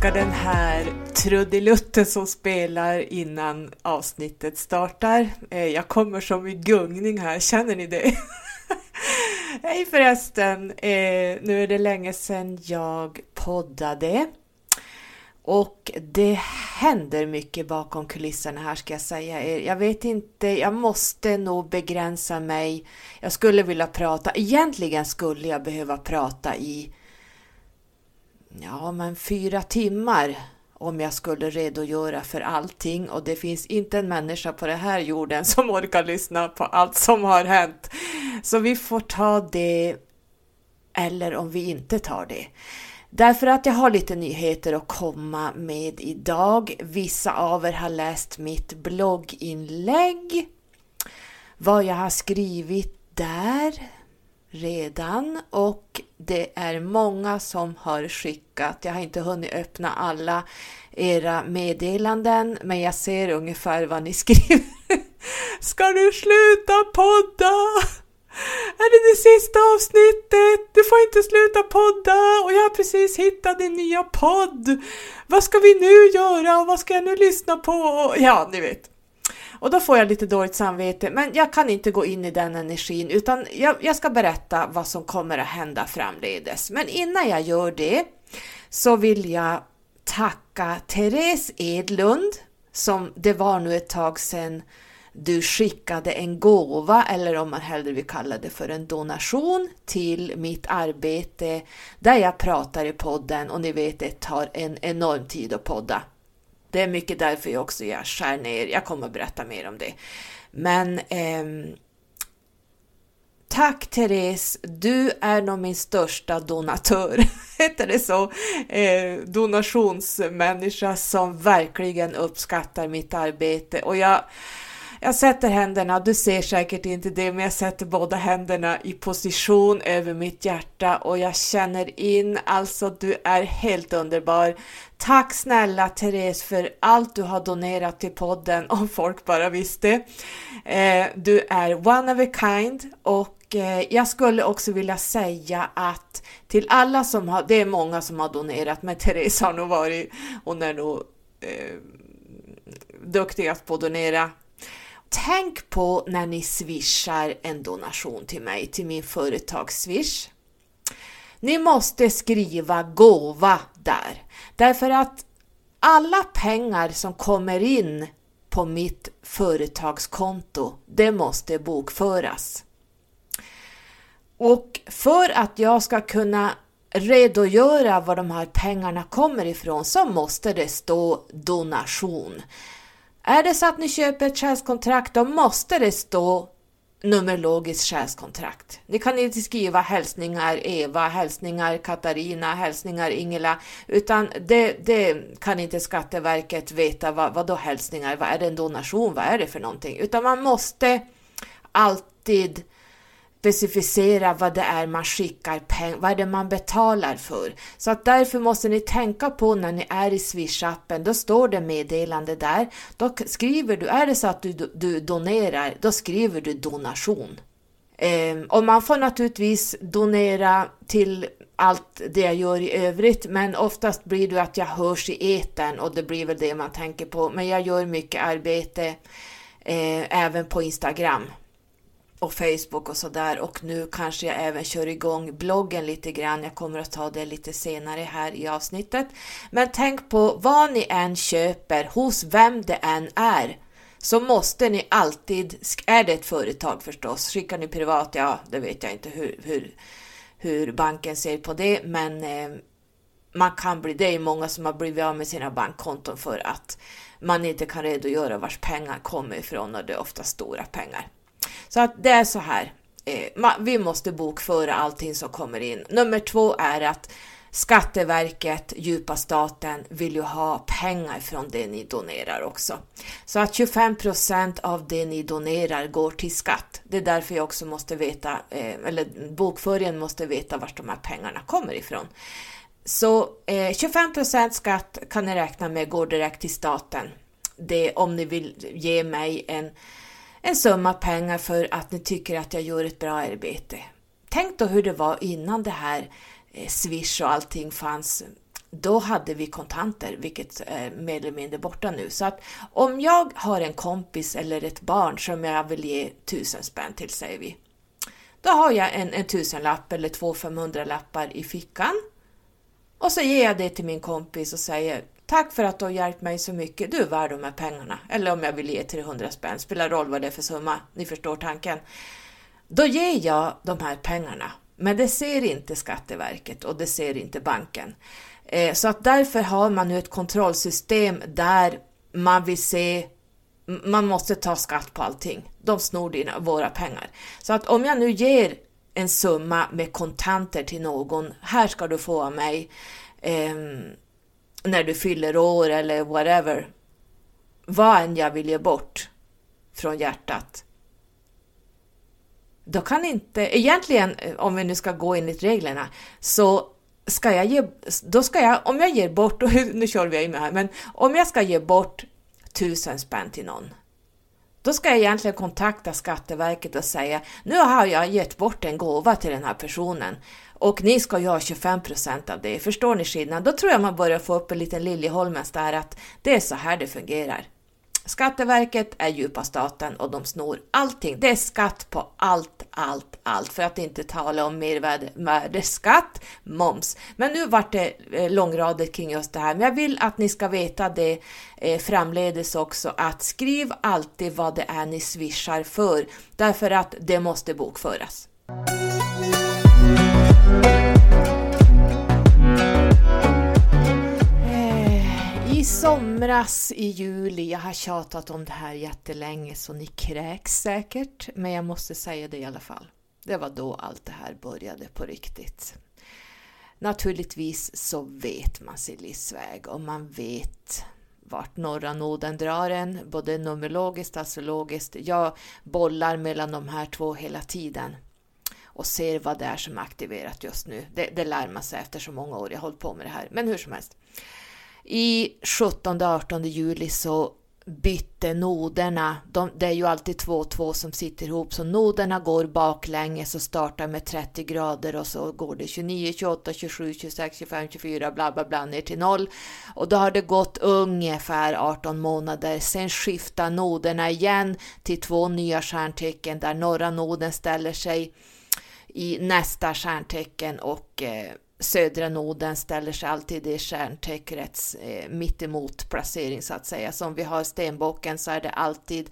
älskar den här trudelutten som spelar innan avsnittet startar. Jag kommer som i gungning här, känner ni det? Hej förresten, nu är det länge sedan jag poddade. Och det händer mycket bakom kulisserna här, ska jag säga er. Jag vet inte, jag måste nog begränsa mig. Jag skulle vilja prata, egentligen skulle jag behöva prata i 4 timmar om jag skulle redogöra för allting. Och det finns inte en människa på den här jorden som orkar lyssna på allt som har hänt. Så vi får ta det, eller om vi inte tar det. Därför att jag har lite nyheter att komma med idag. Vissa av er har läst mitt blogginlägg. Vad jag har skrivit där redan. Och det är många som har skickat. Jag har inte hunnit öppna alla era meddelanden. Men jag ser ungefär vad ni skriver. Ska du sluta podda? Är det sista avsnittet? Du får inte sluta podda och jag har precis hittat din nya podd. Vad ska vi nu göra och vad ska jag nu lyssna på? Ja, ni vet. Och då får jag lite dåligt samvete, men jag kan inte gå in i den energin utan jag ska berätta vad som kommer att hända framledes. Men innan jag gör det så vill jag tacka Therese Edlund, som det var nu ett tag sedan du skickade en gåva, eller om man hellre vill kalla det för en donation, till mitt arbete där jag pratar i podden. Och ni vet, det tar en enorm tid att podda. Det är mycket därför jag skär ner. Jag kommer att berätta mer om det. Men tack Therese, du är nog min största donatör. Heter det så? Donationsmänniska som verkligen uppskattar mitt arbete. Och jag sätter händerna, du ser säkert inte det, men jag sätter båda händerna i position över mitt hjärta och jag känner in, alltså du är helt underbar. Tack snälla Therese för allt du har donerat till podden, om folk bara visste. Du är one of a kind och jag skulle också vilja säga att till alla som har, det är många som har donerat, men Therese har nog varit, hon är nog duktigast på att donera. Tänk på när ni swishar en donation till mig, till min företagsswish. Ni måste skriva gåva där. Därför att alla pengar som kommer in på mitt företagskonto, det måste bokföras. Och för att jag ska kunna redogöra var de här pengarna kommer ifrån så måste det stå donation. Är det så att ni köper ett själskontrakt, då måste det stå numerologiskt själskontrakt. Ni kan inte skriva hälsningar Eva, hälsningar Katarina, hälsningar Ingela, utan det kan inte Skatteverket veta vad då hälsningar, vad är det en donation, vad är det för någonting. Utan man måste alltid specificera vad det är man skickar pengar, vad är det man betalar för. Så att därför måste ni tänka på när ni är i Swish-appen, då står det meddelande där. Då skriver du, är det så att du donerar, då skriver du donation. Och man får naturligtvis donera till allt det jag gör i övrigt, men oftast blir det att jag hörs i etern och det blir väl det man tänker på. Men jag gör mycket arbete även på Instagram och Facebook och sådär, och nu kanske jag även kör igång bloggen lite grann. Jag kommer att ta det lite senare här i avsnittet. Men tänk på vad ni än köper, hos vem det än är, så måste ni alltid, är det ett företag förstås, skickar ni privat, ja det vet jag inte hur banken ser på det, men man kan bli, det är många som har blivit av med sina bankkonton för att man inte kan redogöra vars pengar kommer ifrån, och det är ofta stora pengar. Så att det är så här, vi måste bokföra allting som kommer in. Nummer 2 är att Skatteverket, djupa staten, vill ju ha pengar från det ni donerar också. Så att 25% av det ni donerar går till skatt. Det är därför jag också måste veta, eller bokföringen måste veta var de här pengarna kommer ifrån. Så 25% skatt kan ni räkna med går direkt till staten. Det om ni vill ge mig en summa pengar för att ni tycker att jag gör ett bra arbete. Tänk då hur det var innan det här Swish och allting fanns. då hade vi kontanter, vilket är mer eller mindre borta nu. Så att om jag har en kompis eller ett barn som jag vill ge 1000 spänn till, säger vi. Då har jag en 1000-lapp eller 2 500-lappar i fickan. Och så ger jag det till min kompis och säger: tack för att du har hjälpt mig så mycket, du är värd de här pengarna. Eller om jag vill ge 300 spänn, spelar roll vad det är för summa, ni förstår tanken. Då ger jag de här pengarna, men det ser inte Skatteverket och det ser inte banken. Så att därför har man nu ett kontrollsystem där man vill se, man måste ta skatt på allting. De snor våra pengar. Så att om jag nu ger en summa med kontanter till någon, här ska du få av mig när du fyller år eller whatever, vad än jag vill ge bort från hjärtat. Då kan inte, egentligen om vi nu ska gå enligt reglerna, så ska jag ge, om jag ger bort, och nu kör vi med här, men om jag ska ge bort 1000 spänn till någon, då ska jag egentligen kontakta Skatteverket och säga: nu har jag gett bort en gåva till den här personen och ni ska ju ha 25% av det. Förstår ni skillnaden? Då tror jag man börjar få upp en liten Liljeholmens där, att det är så här det fungerar. Skatteverket är djupa staten och de snor allting. Det är skatt på allt. För att inte tala om mervärdesskatt, moms. Men nu vart det långradigt kring just det här. Men jag vill att ni ska veta det framledes också. Att skriv alltid vad det är ni swishar för. Därför att det måste bokföras. I somras i juli, jag har tjatat om det här jättelänge så ni kräks säkert, men jag måste säga det i alla fall. Det var då allt det här började på riktigt. Naturligtvis så vet man sin livsväg och man vet vart norra noden drar en, både numerologiskt och astrologiskt. Jag bollar mellan de här två hela tiden och ser vad det är som är aktiverat just nu. Det lär man sig efter så många år jag har hållit på med det här, men hur som helst. I 17-18 juli så bytte noderna, det är ju alltid 2 som sitter ihop, så noderna går baklänges och startar med 30 grader och så går det 29, 28, 27, 26, 25, 24 bla bla bla ner till 0, och då har det gått ungefär 18 månader. Sen skiftar noderna igen till 2 nya stjärntecken där norra noden ställer sig i nästa stjärntecken och södra noden ställer sig alltid i stjärntecknets mittemot placering så att säga. Som vi har stenbocken så är det alltid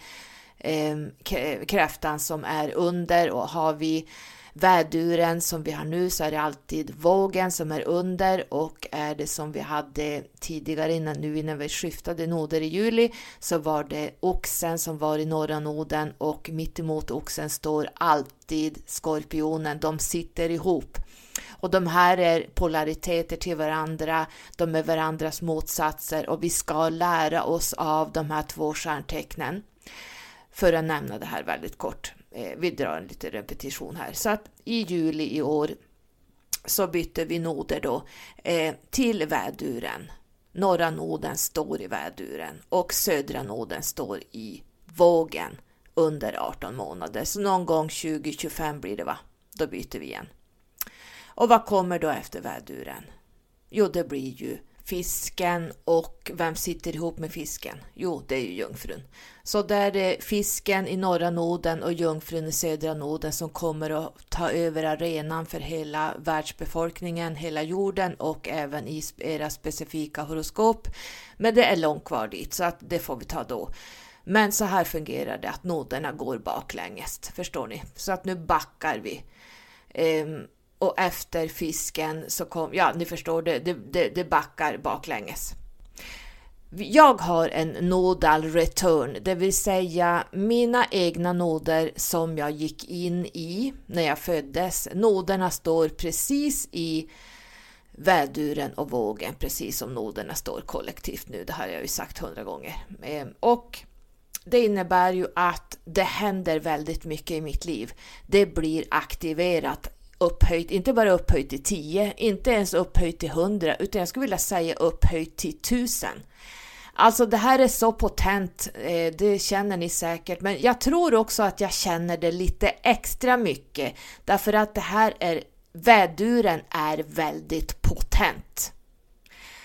kräftan som är under, och har vi väduren som vi har nu så är det alltid vågen som är under, och är det som vi hade tidigare innan vi skiftade noder i juli så var det oxen som var i norra noden, och mittemot oxen står alltid skorpionen. De sitter ihop. Och de här är polariteter till varandra, de är varandras motsatser, och vi ska lära oss av de här 2 stjärntecknen. För att nämna det här väldigt kort, vi drar en liten repetition här. Så att i juli i år så bytte vi noder då till väduren. Norra noden står i väduren och södra noden står i vågen under 18 månader. Så någon gång 2025 blir det, va? Då byter vi igen. Och vad kommer då efter väduren? Jo, det blir ju fisken, och vem sitter ihop med fisken? Jo, det är ju jungfrun. Så där är fisken i norra noden och jungfrun i södra noden som kommer att ta över arenan för hela världsbefolkningen, hela jorden och även i era specifika horoskop. Men det är långt kvar dit, så att det får vi ta då. Men så här fungerar det, att noderna går baklänges, förstår ni? Så att nu backar vi. Och efter fisken så kom, ja ni förstår, det backar baklänges. Jag har en nodal return, det vill säga mina egna noder som jag gick in i när jag föddes. Noderna står precis i väduren och vågen, precis som noderna står kollektivt nu. Det har jag ju sagt 100 gånger. Och det innebär ju att det händer väldigt mycket i mitt liv. Det blir aktiverat, upphöjt, inte bara upphöjt till 10, inte ens upphöjt till 100, utan jag skulle vilja säga upphöjt till 1000. Alltså det här är så potent, det känner ni säkert, men jag tror också att jag känner det lite extra mycket, därför att det här är, väduren är väldigt potent.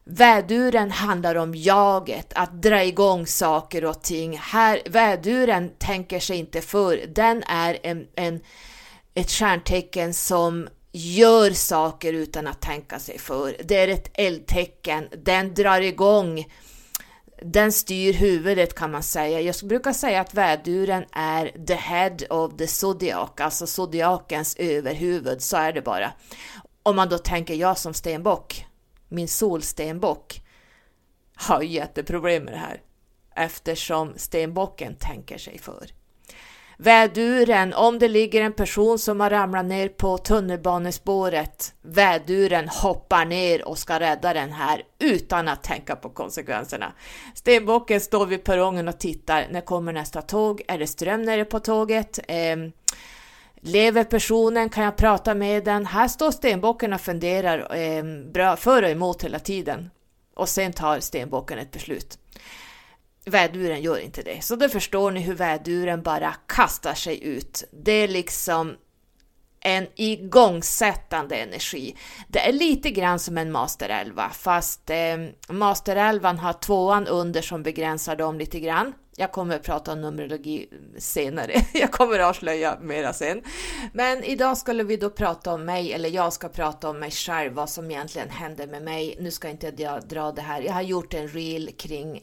Väduren handlar om jaget, att dra igång saker och ting. Här, väduren tänker sig inte för. Den är ett stjärntecken som gör saker utan att tänka sig för. Det är ett eldtecken. Den drar igång. Den styr huvudet kan man säga. Jag brukar säga att väduren är the head of the zodiac, alltså zodiakens överhuvud. Så är det bara. Om man då tänker jag som stenbock, min solstenbock, har jätteproblem med det här. Eftersom stenbocken tänker sig för. Väduren, om det ligger en person som har ramlat ner på tunnelbanespåret, väduren hoppar ner och ska rädda den här utan att tänka på konsekvenserna. Stenbocken står vid perrongen och tittar, när kommer nästa tåg? Är det ström nere på tåget? Lever personen? Kan jag prata med den? Här står stenbocken och funderar bra för och emot hela tiden. Och sen tar stenbocken ett beslut. Väduren gör inte det. Så då förstår ni hur väduren bara kastar sig ut. Det är liksom en igångsättande energi. Det är lite grann som en masterälva. Fast masterälvan har 2:an under som begränsar dem lite grann. Jag kommer att prata om numerologi senare. Jag kommer att avslöja mera sen. Men idag skulle vi då prata om mig, eller jag ska prata om mig själv, vad som egentligen händer med mig. Nu ska inte jag dra det här. Jag har gjort en reel kring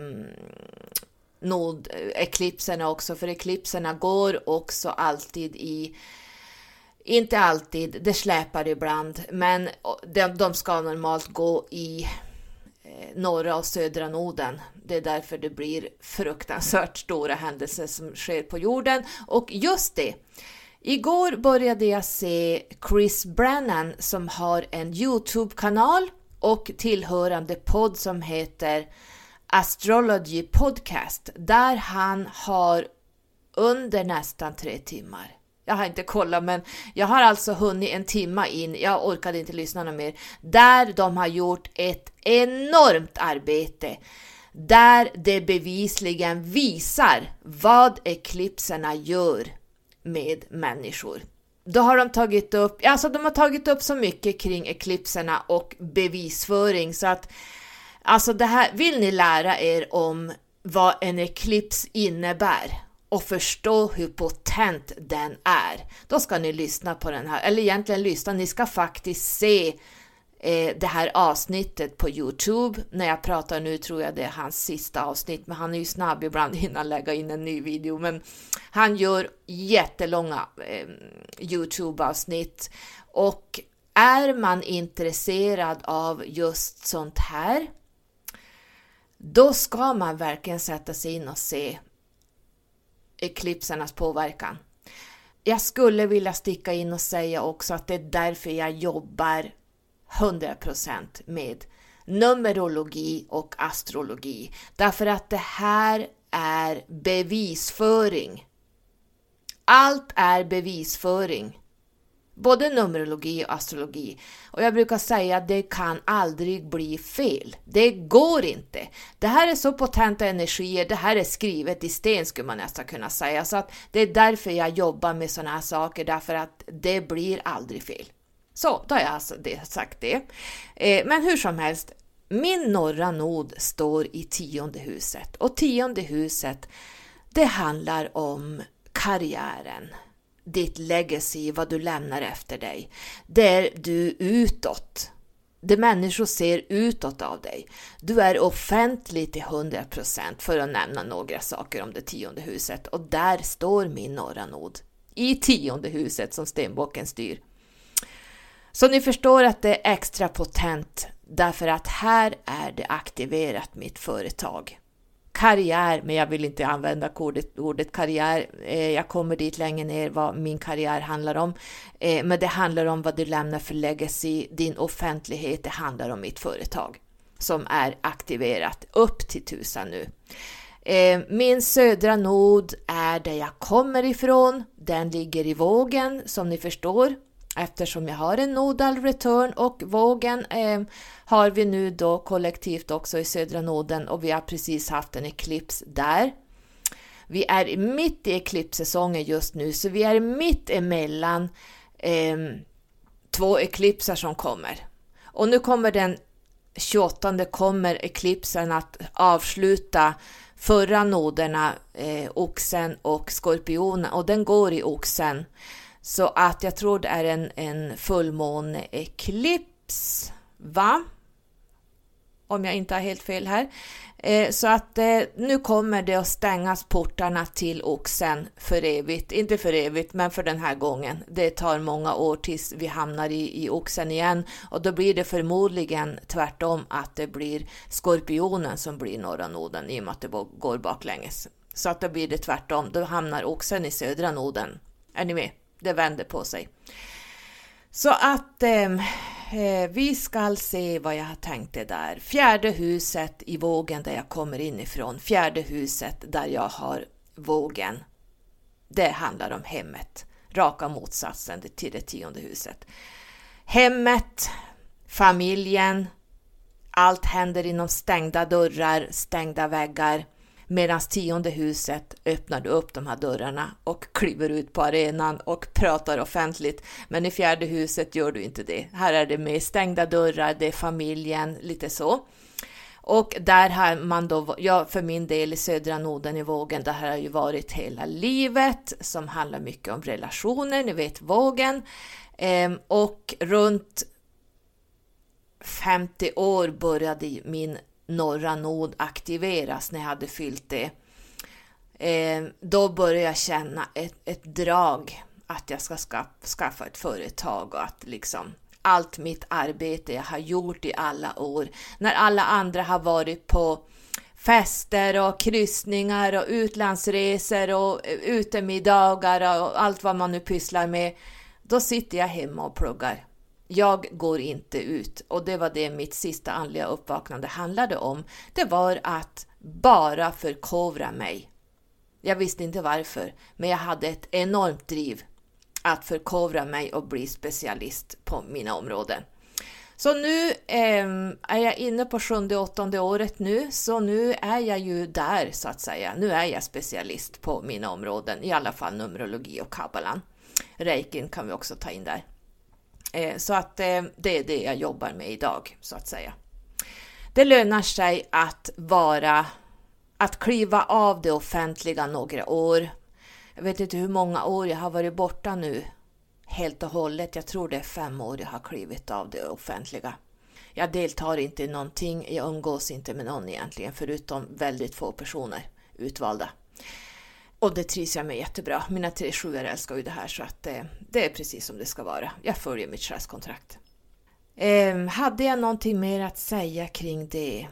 nodeklipserna också. För eklipserna går också alltid inte alltid, det släpar ibland. Men de ska normalt gå i norra och södra noden. Det är därför det blir fruktansvärt stora händelser som sker på jorden. Och just det, igår började jag se Chris Brennan som har en YouTube-kanal och tillhörande podd som heter Astrology Podcast. Där han har under nästan 3 timmar. Jag har inte kollat, men jag har alltså hunnit 1 timme in. Jag orkade inte lyssna något mer. Där de har gjort ett enormt arbete. Där det bevisligen visar vad eklipserna gör med människor. Då har de tagit upp så mycket kring eklipserna och bevisföring. Så att, alltså det här, vill ni lära er om vad en eklips innebär och förstå hur potent den är, då ska ni lyssna på den här. Eller egentligen lyssna, ni ska faktiskt se det här avsnittet på YouTube. När jag pratar nu tror jag det är hans sista avsnitt, men han är ju snabb ibland innan lägga in en ny video. Men han gör jättelånga YouTube-avsnitt. Och är man intresserad av just sånt här, då ska man verkligen sätta sig in och se eklipsernas påverkan. Jag skulle vilja sticka in och säga också att det är därför jag jobbar 100% med numerologi och astrologi. Därför att det här är bevisföring. Allt är bevisföring. Både numerologi och astrologi. Och jag brukar säga att det kan aldrig bli fel. Det går inte. Det här är så potenta energier. Det här är skrivet i sten skulle man nästan kunna säga. Så att det är därför jag jobbar med såna här saker. Därför att det blir aldrig fel. Så, då har jag alltså sagt det. Men hur som helst. Min norra nod står i 10:e huset. Och 10:e huset, det handlar om karriären. Ditt legacy, vad du lämnar efter dig. Där du utåt. Det människor ser utåt av dig. Du är offentlig till 100% för att nämna några saker om det 10:e huset. Och där står min norra nod. I 10:e huset som stenbocken styr. Så ni förstår att det är extra potent. Därför att här är det aktiverat mitt företag. Karriär, men jag vill inte använda ordet karriär. Jag kommer dit längre ner vad min karriär handlar om. Men det handlar om vad du lämnar för legacy, din offentlighet. Det handlar om mitt företag som är aktiverat upp till 1000 nu. Min södra nod är där jag kommer ifrån. Den ligger i vågen som ni förstår. Eftersom jag har en nodal return och vågen har vi nu då kollektivt också i södra noden och vi har precis haft en eklips där. Vi är mitt i eklipssäsongen just nu så vi är mitt emellan 2 eklipser som kommer. Och nu kommer den 28 kommer eklipsen att avsluta förra noderna, oxen och skorpionen, och den går i oxen. Så att jag tror det är en fullmåneeklips, va? Om jag inte har helt fel här. Så att nu kommer det att stängas portarna till oxen för evigt. Inte för evigt, men för den här gången. Det tar många år tills vi hamnar i oxen igen. Och då blir det förmodligen tvärtom, att det blir skorpionen som blir norra noden, i och med att det går baklänges. Så att då blir det tvärtom. Då hamnar oxen i södra noden. Är ni med? Det vänder på sig. Så att vi ska se vad jag har tänkt det där. 4:e huset i vågen där jag kommer in ifrån. 4:e huset där jag har vågen. Det handlar om hemmet. Raka motsatsen till det 10:e huset. Hemmet, familjen, allt händer inom stängda dörrar, stängda väggar. Medan 10:e huset öppnar upp de här dörrarna och kliver ut på arenan och pratar offentligt. Men i 4:e huset gör du inte det. Här är det med stängda dörrar, det är familjen, lite så. Och där har man då, för min del i södra noden i vågen, det här har ju varit hela livet, som handlar mycket om relationer, ni vet vågen. Och runt 50 år började min norra nod aktiveras när jag hade fyllt det. Då började jag känna ett drag att jag ska skaffa ett företag, och att liksom allt mitt arbete jag har gjort i alla år, när alla andra har varit på fester och kryssningar och utlandsresor och utemiddagar och allt vad man nu pysslar med, då sitter jag hemma och pluggar. Jag går inte ut, och det var det mitt sista andliga uppvaknande handlade om. Det var att bara förkovra mig. Jag visste inte varför, men jag hade ett enormt driv att förkovra mig och bli specialist på mina områden. Så nu är jag inne på 7:e och 8:e året nu, så nu är jag ju där så att säga. Nu är jag specialist på mina områden, i alla fall numerologi och kabbalan. Reikin kan vi också ta in där. Så att det är det jag jobbar med idag, så att säga. Det lönar sig att kliva av det offentliga några år. Jag vet inte hur många år jag har varit borta nu, helt och hållet. Jag tror det är 5 år jag har klivit av det offentliga. Jag deltar inte i någonting, jag umgås inte med någon egentligen, förutom väldigt få personer utvalda. Och det trivs jag med jättebra. Mina 3 sjuor älskar ju det här, så att det är precis som det ska vara. Jag följer mitt själskontrakt. Hade jag någonting mer att säga kring det?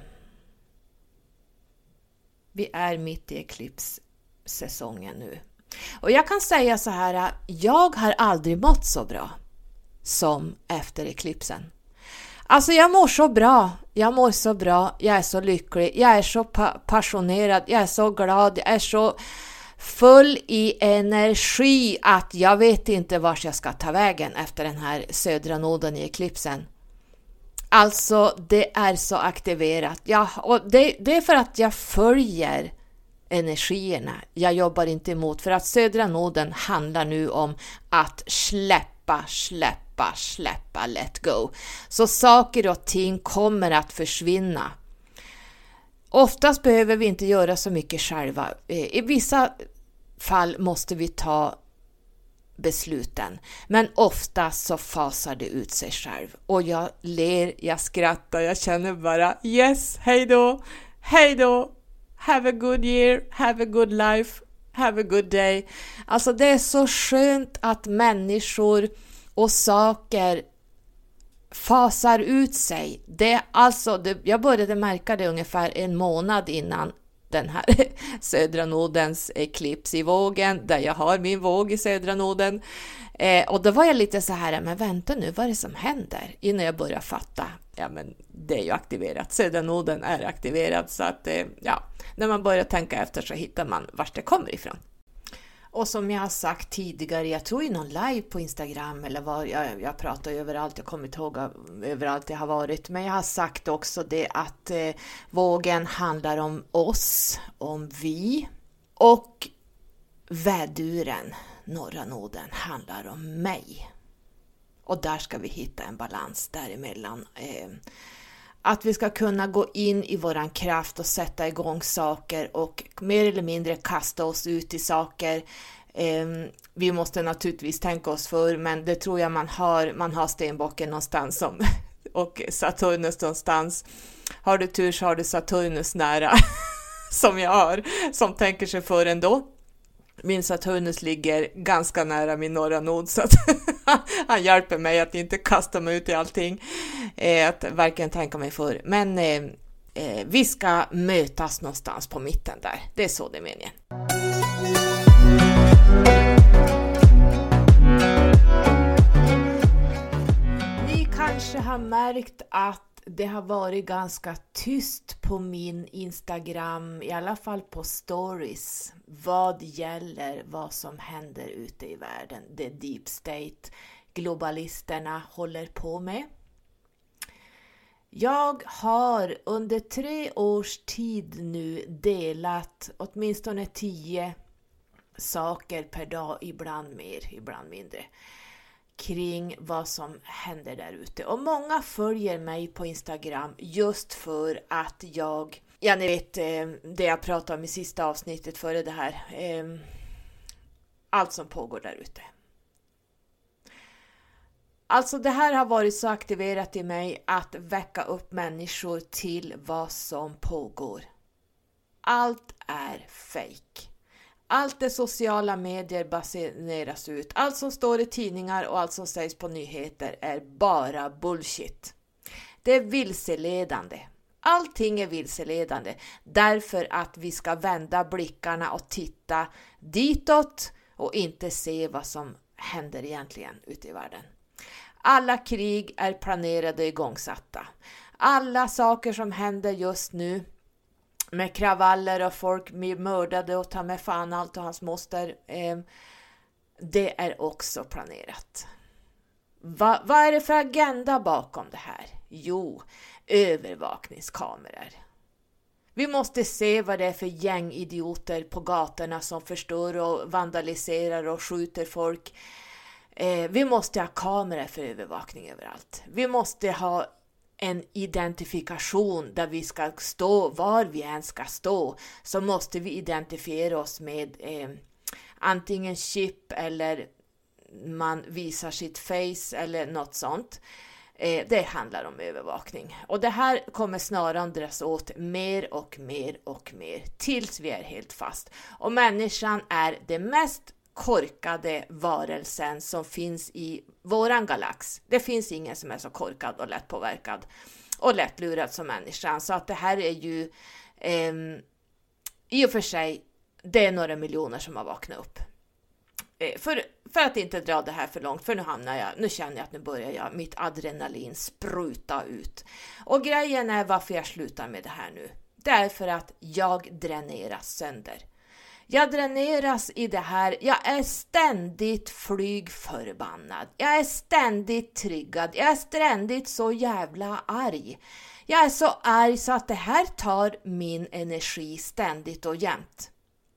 Vi är mitt i eklipssäsongen nu. Och jag kan säga så här, jag har aldrig mått så bra som efter eklipsen. Alltså jag mår så bra, jag är så lycklig, jag är så passionerad, jag är så glad, jag är så full i energi att jag vet inte vart jag ska ta vägen efter den här södra noden i eklipsen. Alltså det är så aktiverat. Och det är för att jag följer energierna. Jag jobbar inte emot, för att södra noden handlar nu om att släppa, let go. Så saker och ting kommer att försvinna. Oftast behöver vi inte göra så mycket själva. I vissa fall måste vi ta besluten. Men ofta så fasar det ut sig själv. Och jag ler, jag skrattar, jag känner bara yes, hej då. Have a good year, have a good life, have a good day. Alltså det är så skönt att människor och saker fasar ut sig. Jag började märka det ungefär 1 månad innan den här södra nodens eklips i vågen, där jag har min våg i södra noden. Och då var jag lite så här, men vänta nu, vad är det som händer? Innan jag började fatta, ja men det är ju aktiverat, södra noden är aktiverad, så att när man börjar tänka efter så hittar man vart det kommer ifrån. Och som jag har sagt tidigare, jag tror i någon live på Instagram eller vad, jag pratar överallt, jag kommer inte ihåg överallt jag har varit, men jag har sagt också det att vågen handlar om oss, om vi, och väduren, norra noden, handlar om mig. Och där ska vi hitta en balans däremellan. Att vi ska kunna gå in i våran kraft och sätta igång saker och mer eller mindre kasta oss ut i saker. Vi måste naturligtvis tänka oss för, men det tror jag man har stenbocken någonstans och Saturnus någonstans. Har du tur så har du Saturnus nära som jag har, som tänker sig för ändå. Min Saturnus ligger ganska nära min norra nod, så att han hjälper mig att inte kasta mig ut i allting, att verkligen tänka mig för. Men vi ska mötas någonstans på mitten där, det är så det är meningen. Ni kanske har märkt att det har varit ganska tyst på min Instagram, i alla fall på stories, vad gäller vad som händer ute i världen. Det deep state, globalisterna håller på med. Jag har under 3 års tid nu delat åtminstone 10 saker per dag, ibland mer, ibland mindre, kring vad som händer där ute. Och många följer mig på Instagram just för att ni vet det jag pratade om i sista avsnittet före det här, allt som pågår där ute. Alltså det här har varit så aktiverat i mig att väcka upp människor till vad som pågår. Allt är fake. Allt det sociala medier baseras ut. Allt som står i tidningar och allt som sägs på nyheter är bara bullshit. Det är vilseledande. Allting är vilseledande. Därför att vi ska vända blickarna och titta ditåt och inte se vad som händer egentligen ute i världen. Alla krig är planerade och igångsatta. Alla saker som händer just nu, med kravaller och folk mördade och ta med fan allt och hans moster, det är också planerat. Vad är det för agenda bakom det här? Jo, övervakningskameror. Vi måste se vad det är för gängidioter på gatorna som förstör och vandaliserar och skjuter folk. Vi måste ha kameror för övervakning överallt. Vi måste ha en identifikation där vi ska stå, var vi än ska stå, så måste vi identifiera oss med antingen chip eller man visar sitt face eller något sånt. Det handlar om övervakning. Och det här kommer snaran dras åt mer och mer och mer tills vi är helt fast. Och människan är det mest korkade varelsen som finns i våran galax. Det finns ingen som är så korkad och lätt påverkad och lättlurad som människan. Så att det här är ju i och för sig, det är några miljoner som har vaknat upp. För att inte dra det här för långt, för nu känner jag att nu börjar mitt adrenalin spruta ut. Och grejen är varför jag slutar med det här nu. Därför att jag dräneras sönder. Jag dräneras i det här. Jag är ständigt flygförbannad. Jag är ständigt triggad. Jag är ständigt så jävla arg. Jag är så arg så att det här tar min energi ständigt och jämt.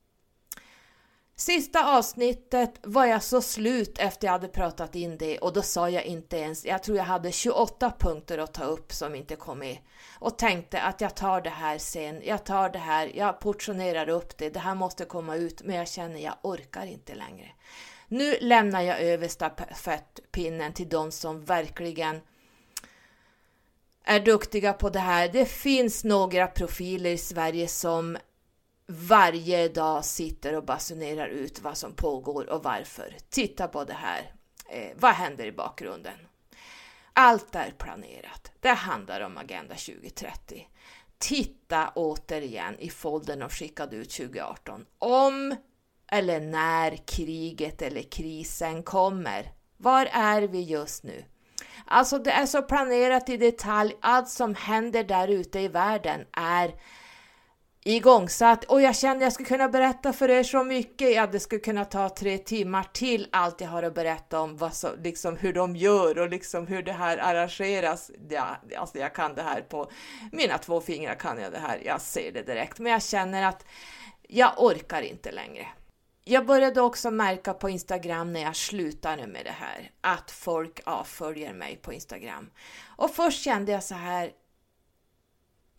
Sista avsnittet var jag så slut efter jag hade pratat in det, och då sa jag inte ens, jag tror jag hade 28 punkter att ta upp som inte kom med, och tänkte att jag tar det här sen, jag portionerar upp det här måste komma ut, men jag känner jag orkar inte längre. Nu lämnar jag över stafettpinnen till de som verkligen är duktiga på det här. Det finns några profiler i Sverige som varje dag sitter och basunerar ut vad som pågår och varför. Titta på det här. Vad händer i bakgrunden? Allt är planerat. Det handlar om Agenda 2030. Titta återigen i foldern de skickade ut 2018. Om eller när kriget eller krisen kommer. Var är vi just nu? Alltså det är så planerat i detalj. Allt som händer där ute i världen är igångsatt, och jag kände jag skulle kunna berätta för er så mycket. Ja, det skulle kunna ta 3 timmar till allt jag har att berätta om liksom hur de gör och liksom hur det här arrangeras. Ja, alltså jag kan det här på mina 2 fingrar, kan jag det här. Jag ser det direkt, men jag känner att jag orkar inte längre. Jag började också märka på Instagram när jag slutade med det här att folk avföljer mig på Instagram. Och först kände jag så här,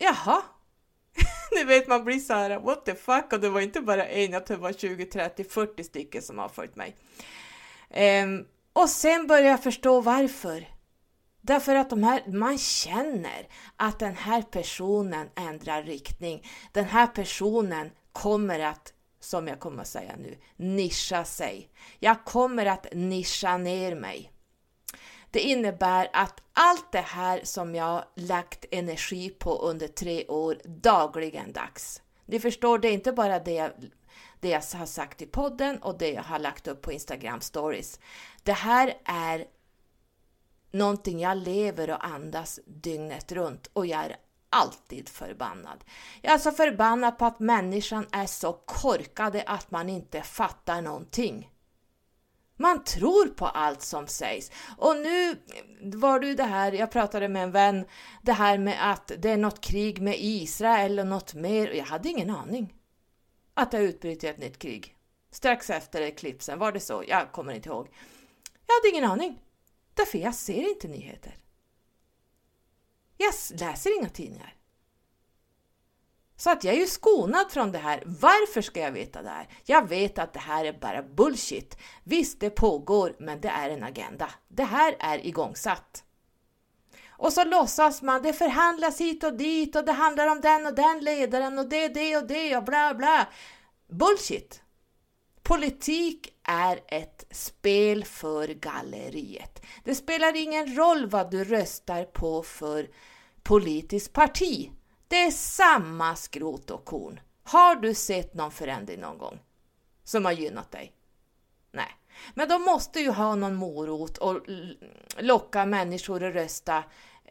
Jaha. Ni vet, man blir så här, what the fuck? Och det var inte bara en, att det var 20, 30, 40 stycken som har följt mig. Och sen börjar jag förstå varför. Därför att man känner att den här personen ändrar riktning. Den här personen kommer att, som jag kommer att säga nu, nischa sig. Jag kommer att nischa ner mig. Det innebär att allt det här som jag lagt energi på under 3 år, dagligen dags. Ni förstår, det är inte bara det jag har sagt i podden och det jag har lagt upp på Instagram stories. Det här är någonting jag lever och andas dygnet runt, och jag är alltid förbannad. Jag är så förbannad på att människan är så korkade att man inte fattar någonting. Man tror på allt som sägs. Och nu var det det här, jag pratade med en vän, det här med att det är något krig med Israel eller något mer. Jag hade ingen aning att det utbryter ett nytt krig. Strax efter eklipsen, var det så? Jag kommer inte ihåg. Jag hade ingen aning. Därför jag ser inte nyheter. Jag läser inga tidningar. Så att jag är ju skonad från det här. Varför ska jag veta det här? Jag vet att det här är bara bullshit. Visst, det pågår, men det är en agenda. Det här är igångsatt. Och så låtsas man, det förhandlas hit och dit och det handlar om den och den ledaren och det och bla bla. Bullshit. Politik är ett spel för galleriet. Det spelar ingen roll vad du röstar på för politiskt parti. Det är samma skrot och korn. Har du sett någon förändring någon gång som har gynnat dig? Nej. Men de måste ju ha någon morot och locka människor att rösta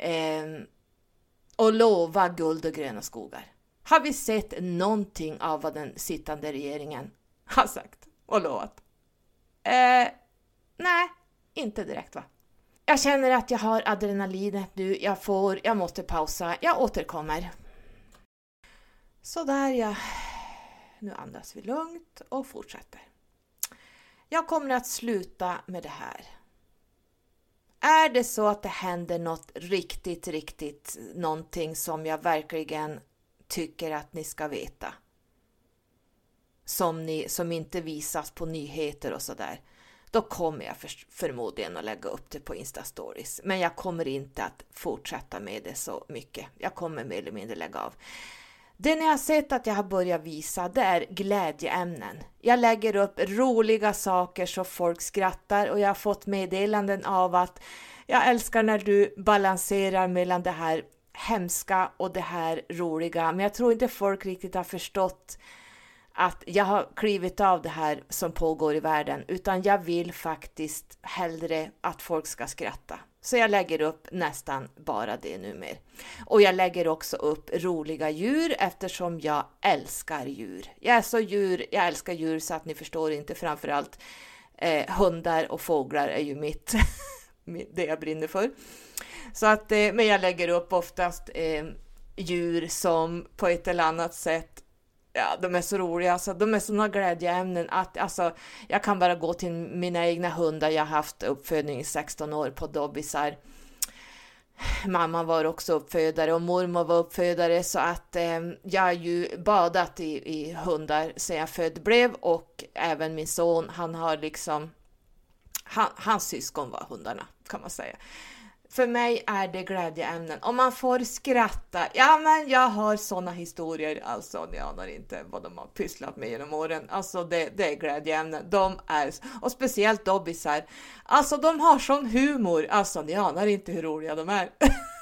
och lova guld och gröna skogar. Har vi sett någonting av vad den sittande regeringen har sagt och lovat? Nej, inte direkt va? Jag känner att jag har adrenalinet nu. Jag måste pausa. Jag återkommer. Så där ja. Nu andas vi lugnt och fortsätter. Jag kommer att sluta med det här. Är det så att det händer något riktigt någonting som jag verkligen tycker att ni ska veta, som inte visas på nyheter och sådär, då kommer jag förmodligen att lägga upp det på Insta-stories. Men jag kommer inte att fortsätta med det så mycket. Jag kommer mer eller mindre lägga av. Det ni har sett att jag har börjat visa, det är glädjeämnen. Jag lägger upp roliga saker så folk skrattar, och jag har fått meddelanden av att jag älskar när du balanserar mellan det här hemska och det här roliga. Men jag tror inte folk riktigt har förstått att jag har klivit av det här som pågår i världen, utan jag vill faktiskt hellre att folk ska skratta. Så jag lägger upp nästan bara det numera. Och jag lägger också upp roliga djur eftersom jag älskar djur. Jag älskar djur så att ni förstår inte, framförallt hundar och fåglar är ju det jag brinner för. Så att, men jag lägger upp oftast djur som på ett eller annat sätt, ja, de är så roliga, alltså, de är såna glädjeämnen att alltså, jag kan bara gå till mina egna hundar. Jag har haft uppfödning i 16 år på dobbisar. Mamma var också uppfödare och mormor var uppfödare, så att jag har ju badat i hundar sedan jag född blev, och även min son, han har liksom hans syskon var hundarna, kan man säga. För mig är det glädjeämnen. Om man får skratta. Ja, men jag har såna historier. Alltså, ni anar inte vad de har pysslat med genom åren. Alltså, det är glädjeämnen. Och speciellt dobbisar. Alltså, de har sån humor. Alltså, ni anar inte hur roliga de är.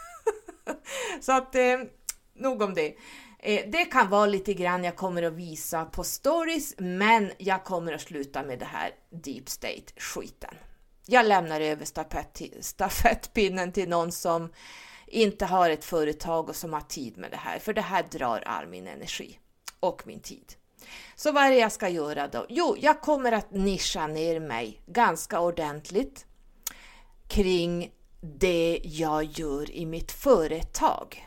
Så att, nog om det. Det kan vara lite grann jag kommer att visa på stories. Men jag kommer att sluta med det här deep state-skiten. Jag lämnar över stafettpinnen till någon som inte har ett företag och som har tid med det här. För det här drar all min energi och min tid. Så vad är det jag ska göra då? Jo, jag kommer att nischa ner mig ganska ordentligt kring det jag gör i mitt företag.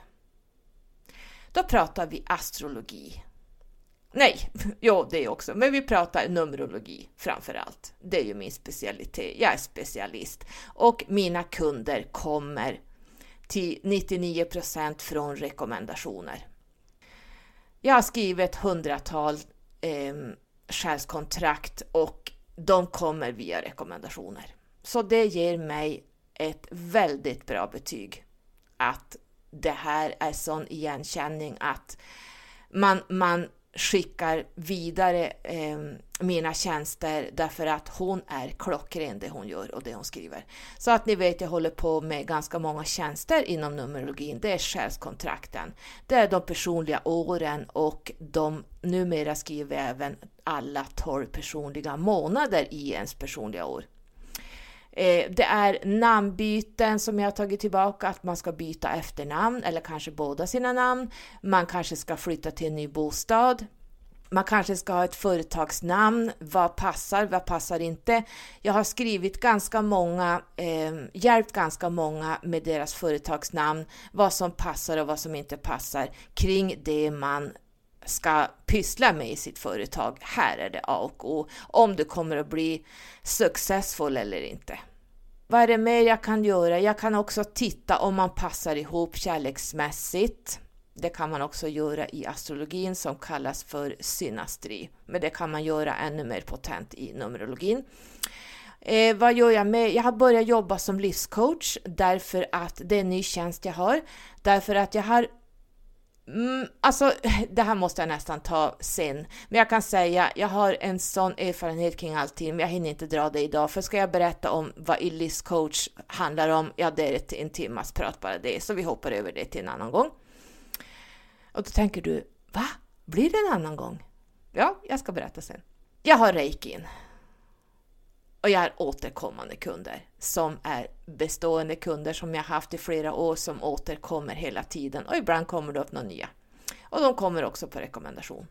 Då pratar vi astrologi. Nej, jo det också. Men vi pratar numerologi framför allt. Det är ju min specialitet. Jag är specialist. Och mina kunder kommer till 99% från rekommendationer. Jag har skrivit 100-tal själskontrakt och de kommer via rekommendationer. Så det ger mig ett väldigt bra betyg. Att det här är sån igenkänning att man skickar vidare mina tjänster därför att hon är klockren det hon gör och det hon skriver. Så att ni vet, jag håller på med ganska många tjänster inom numerologin. Det är själskontrakten, det är de personliga åren och numera skriver jag även alla 12 personliga månader i ens personliga år. Det är namnbyten som jag har tagit tillbaka, att man ska byta efternamn eller kanske båda sina namn. Man kanske ska flytta till en ny bostad. Man kanske ska ha ett företagsnamn. Vad passar inte? Jag har skrivit ganska många, hjälpt ganska många med deras företagsnamn. Vad som passar och vad som inte passar kring det man ska pyssla med i sitt företag. Här är det A och O. Om du kommer att bli successful eller inte. Vad är det mer jag kan göra? Jag kan också titta om man passar ihop kärleksmässigt. Det kan man också göra i astrologin som kallas för synastri. Men det kan man göra ännu mer potent i numerologin. Vad gör jag med? Jag har börjat jobba som livscoach därför att det är en ny tjänst jag har. Därför att jag har alltså det här måste jag nästan ta sen, men jag kan säga jag har en sån erfarenhet kring allting, men jag hinner inte dra det idag, för ska jag berätta om vad livscoach handlar om, ja det är en timmas prat bara det, så vi hoppar över det till en annan gång. Och då tänker du, va? Blir det en annan gång? Ja, jag ska berätta sen. Jag har reikin. Och jag har återkommande kunder som är bestående kunder som jag haft i flera år som återkommer hela tiden. Och ibland kommer det upp några nya. Och de kommer också på rekommendation.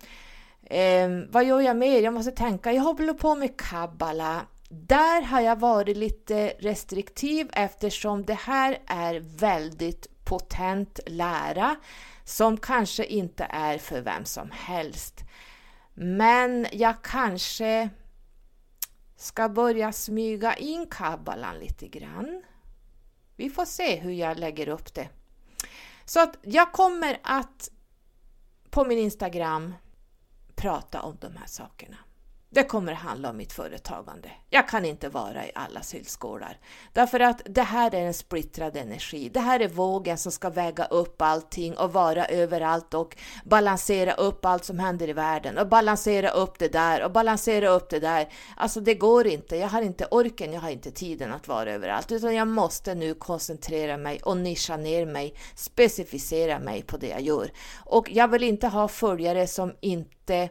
Vad gör jag mer? Jag måste tänka. Jag håller på med kabbala. Där har jag varit lite restriktiv eftersom det här är väldigt potent lära som kanske inte är för vem som helst. Men jag kanske ska börja smyga in kabbalan lite grann. Vi får se hur jag lägger upp det. Så att jag kommer att på min Instagram prata om de här sakerna. Det kommer att handla om mitt företagande. Jag kan inte vara i alla sylskålar. Därför att det här är en splittrad energi. Det här är vågen som ska väga upp allting och vara överallt och balansera upp allt som händer i världen. Och balansera upp det där och balansera upp det där. Alltså det går inte. Jag har inte orken, jag har inte tiden att vara överallt. Utan jag måste nu koncentrera mig och nischa ner mig. Specificera mig på det jag gör. Och jag vill inte ha följare som inte...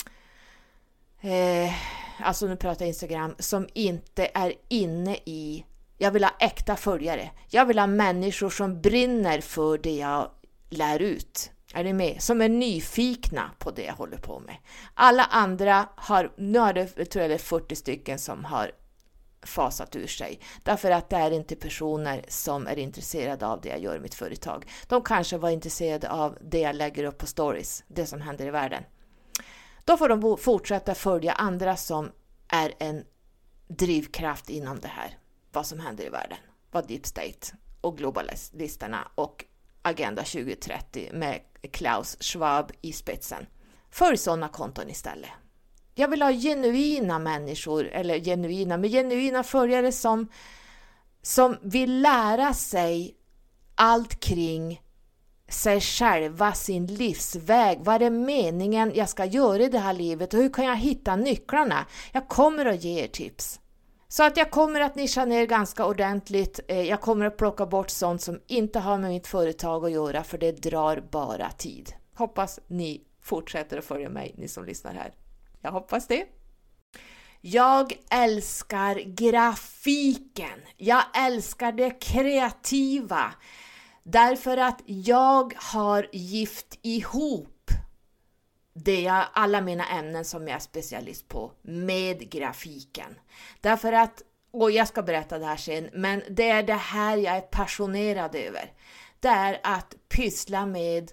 alltså nu pratar jag Instagram, som inte är inne i, jag vill ha äkta följare, jag vill ha människor som brinner för det jag lär ut, är ni med? Som är nyfikna på det jag håller på med. Alla andra har, nu har det, tror jag det är 40 stycken som har fasat ur sig, därför att det är inte personer som är intresserade av det jag gör i mitt företag. De kanske var intresserade av det jag lägger upp på stories, det som händer i världen. Då får de fortsätta följa andra som är en drivkraft inom det här. Vad som händer i världen. Vad Deep State och globalisterna och Agenda 2030 med Klaus Schwab i spetsen. Följ sådana konton istället. Jag vill ha genuina människor, eller genuina följare som vill lära sig allt kring sig själva, sin livsväg. Vad är meningen jag ska göra i det här livet och hur kan jag hitta nycklarna? Jag kommer att ge er tips. Så att jag kommer att nischa ner ganska ordentligt. Jag kommer att plocka bort sånt som inte har med mitt företag att göra, för det drar bara tid. Hoppas ni fortsätter att följa mig, ni som lyssnar här. Jag hoppas det. Jag älskar grafiken. Jag älskar det kreativa. Därför att jag har gift ihop alla mina ämnen som jag är specialist på med grafiken. Därför att, och jag ska berätta det här sen, men det är det här jag är passionerad över. Det är att pyssla med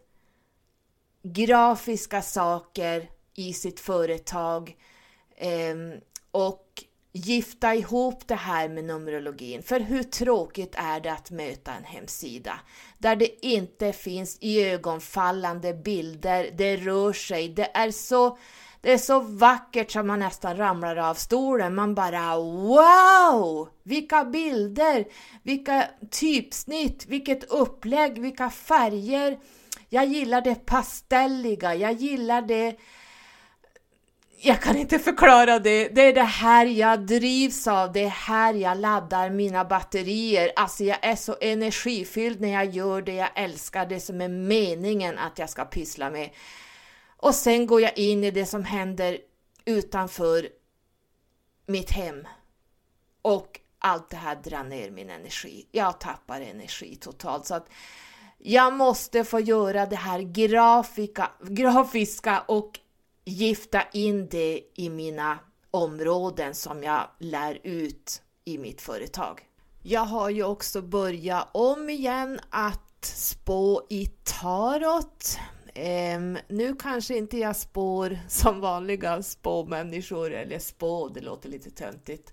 grafiska saker i sitt företag och gifta ihop det här med numerologin. För hur tråkigt är det att möta en hemsida där det inte finns iögonfallande bilder, det rör sig, det är så vackert som man nästan ramlar av stolen. Man bara wow, vilka bilder, vilka typsnitt, vilket upplägg, vilka färger. Jag gillar det pastelliga, jag gillar det. Jag kan inte förklara det. Det är det här jag drivs av. Det är här jag laddar mina batterier. Alltså jag är så energifylld när jag gör det jag älskar. Det som är meningen att jag ska pyssla med. Och sen går jag in i det som händer utanför mitt hem. Och allt det här drar ner min energi. Jag tappar energi totalt. Så att jag måste få göra det här grafiska och gifta in det i mina områden som jag lär ut i mitt företag. Jag har ju också börjat om igen att spå i tarot. Nu kanske inte jag spår som vanliga spåmänniskor eller det låter lite töntigt.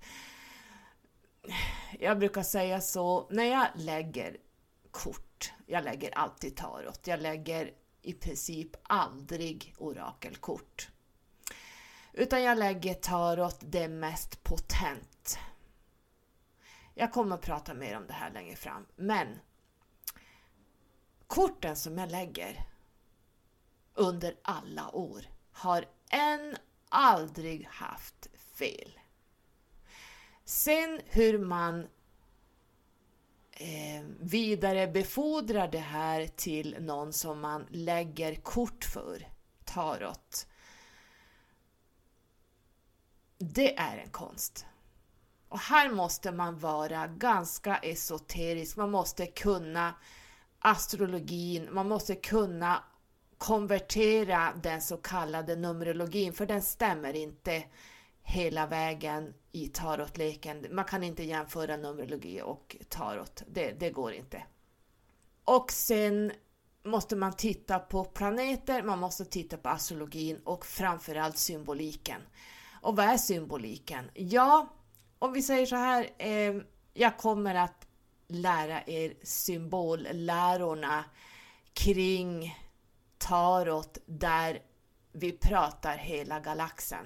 Jag brukar säga så, när jag lägger kort, jag lägger alltid tarot, jag lägger i princip aldrig orakelkort. Utan jag lägger tarot det mest potent. Jag kommer att prata mer om det här längre fram. Men korten som jag lägger under alla år har aldrig haft fel. Sen hur man vidare befordrar det här till någon som man lägger kort för, tarot. Det är en konst. Och här måste man vara ganska esoterisk. Man måste kunna astrologin. Man måste kunna konvertera den så kallade numerologin. För den stämmer inte hela vägen i tarotleken. Man kan inte jämföra numerologi och tarot. Det går inte. Och sen måste man titta på planeter. Man måste titta på astrologin och framförallt symboliken. Och vad är symboliken? Ja, om vi säger så här. Jag kommer att lära er symbollärorna kring tarot där vi pratar hela galaxen.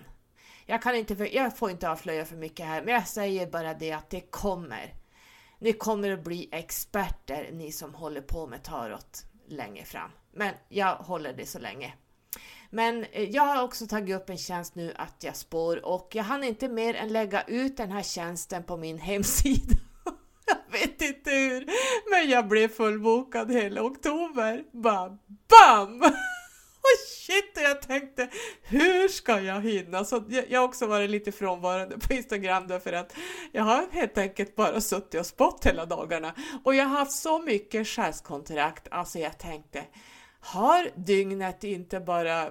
Jag får inte avslöja för mycket här, men jag säger bara det att det kommer. Ni kommer att bli experter, ni som håller på med tarot längre fram. Men jag håller det så länge. Men jag har också tagit upp en tjänst nu att jag spår och jag hann inte mer än lägga ut den här tjänsten på min hemsida. Jag vet inte hur, men jag blev fullbokad hela oktober. Bam! Och shit, jag tänkte, hur ska jag hinna? Så jag har också varit lite frånvarande på Instagram därför att jag har helt enkelt bara suttit och spott hela dagarna. Och jag har haft så mycket själskontrakt, alltså jag tänkte, har dygnet inte bara...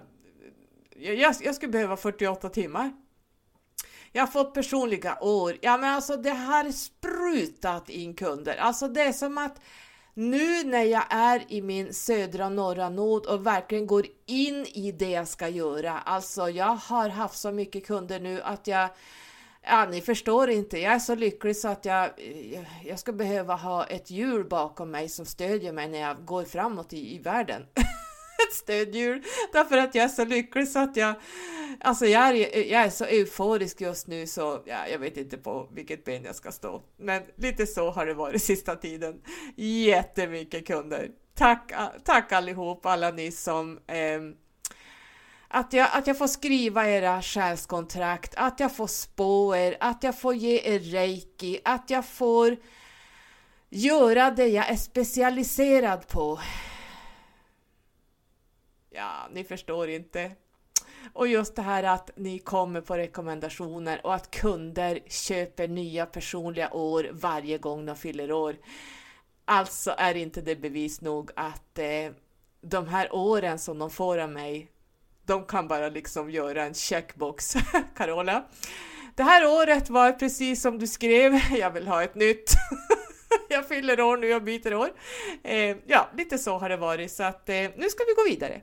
Jag skulle behöva 48 timmar. Jag har fått personliga år. Ja, men alltså det har sprutat in kunder. Alltså det är som att nu när jag är i min södra norra nod och verkligen går in i det jag ska göra. Alltså jag har haft så mycket kunder nu att ni förstår inte. Jag är så lycklig så att jag ska behöva ha ett hjul bakom mig som stödjer mig när jag går framåt i världen. Ett stödhjul. Därför att jag är så lycklig så att jag är så euforisk just nu så jag vet inte på vilket ben jag ska stå. Men lite så har det varit sista tiden. Jättemycket kunder. Tack allihop, alla ni som... Att jag får skriva era själskontrakt, att jag får spå er, att jag får ge er reiki, att jag får göra det jag är specialiserad på. Ja, ni förstår inte. Och just det här att ni kommer på rekommendationer och att kunder köper nya personliga år varje gång de fyller år. Alltså är inte det bevis nog att de här åren som de får av mig, de kan bara liksom göra en checkbox. Carola, det här året var precis som du skrev, jag vill ha ett nytt. Jag fyller år nu och byter år. Ja, lite så har det varit. Så att nu ska vi gå vidare.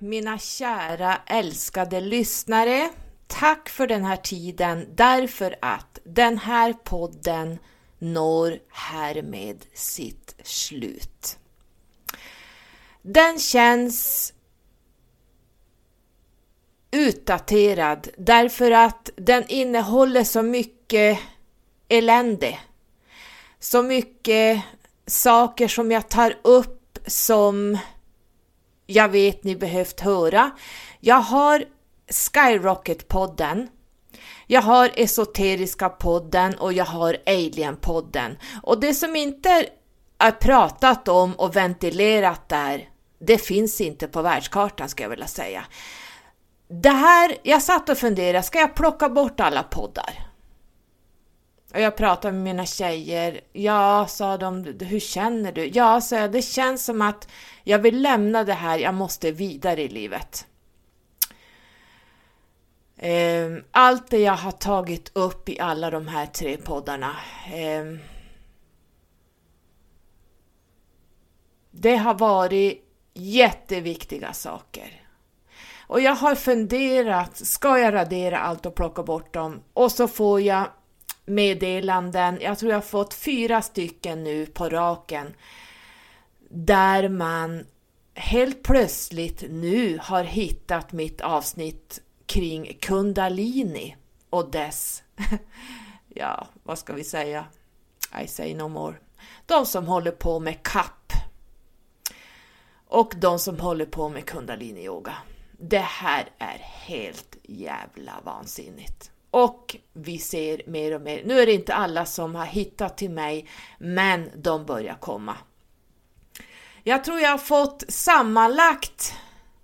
mina kära älskade lyssnare. Tack för den här tiden, därför att den här podden når härmed sitt slut. Den känns utdaterad därför att den innehåller så mycket elände. Så mycket saker som jag tar upp som jag vet ni behövt höra. Jag har Skyrocket-podden, jag har Esoteriska podden och jag har Alien-podden. Och det som inte är pratat om och ventilerat där, det finns inte på världskartan, ska jag vilja säga. Det här, jag satt och funderade, ska jag plocka bort alla poddar? Och jag pratade med mina tjejer. Ja, sa de, hur känner du? Ja, sa jag, det känns som att jag vill lämna det här, jag måste vidare i livet. Allt det jag har tagit upp i alla de här 3 poddarna, det har varit jätteviktiga saker. Och jag har funderat, ska jag radera allt och plocka bort dem? Och så får jag meddelanden, jag tror jag har fått 4 stycken nu på raken, där man helt plötsligt nu har hittat mitt avsnitt kring Kundalini och dess, ja, vad ska vi säga? I say no more. De som håller på med kapp och de som håller på med Kundalini yoga. Det här är helt jävla vansinnigt. Och vi ser mer och mer. Nu är det inte alla som har hittat till mig, men de börjar komma. Jag tror jag har fått sammanlagt,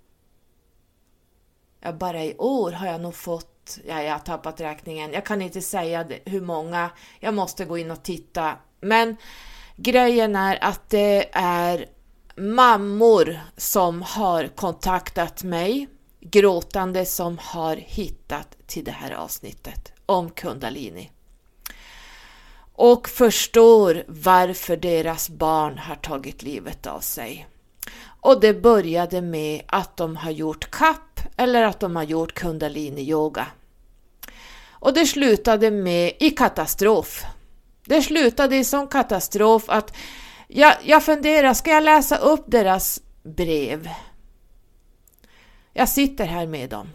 ja, bara i år har jag nog fått, ja, jag har tappat räkningen. Jag kan inte säga hur många, jag måste gå in och titta. Men grejen är att det är mammor som har kontaktat mig, gråtande, som har hittat till det här avsnittet om Kundalini. Och förstår varför deras barn har tagit livet av sig. Och det började med att de har gjort kapp eller att de har gjort Kundalini yoga. Och det slutade med i katastrof. Det slutade i sån katastrof att jag funderar, ska jag läsa upp deras brev? Jag sitter här med dem.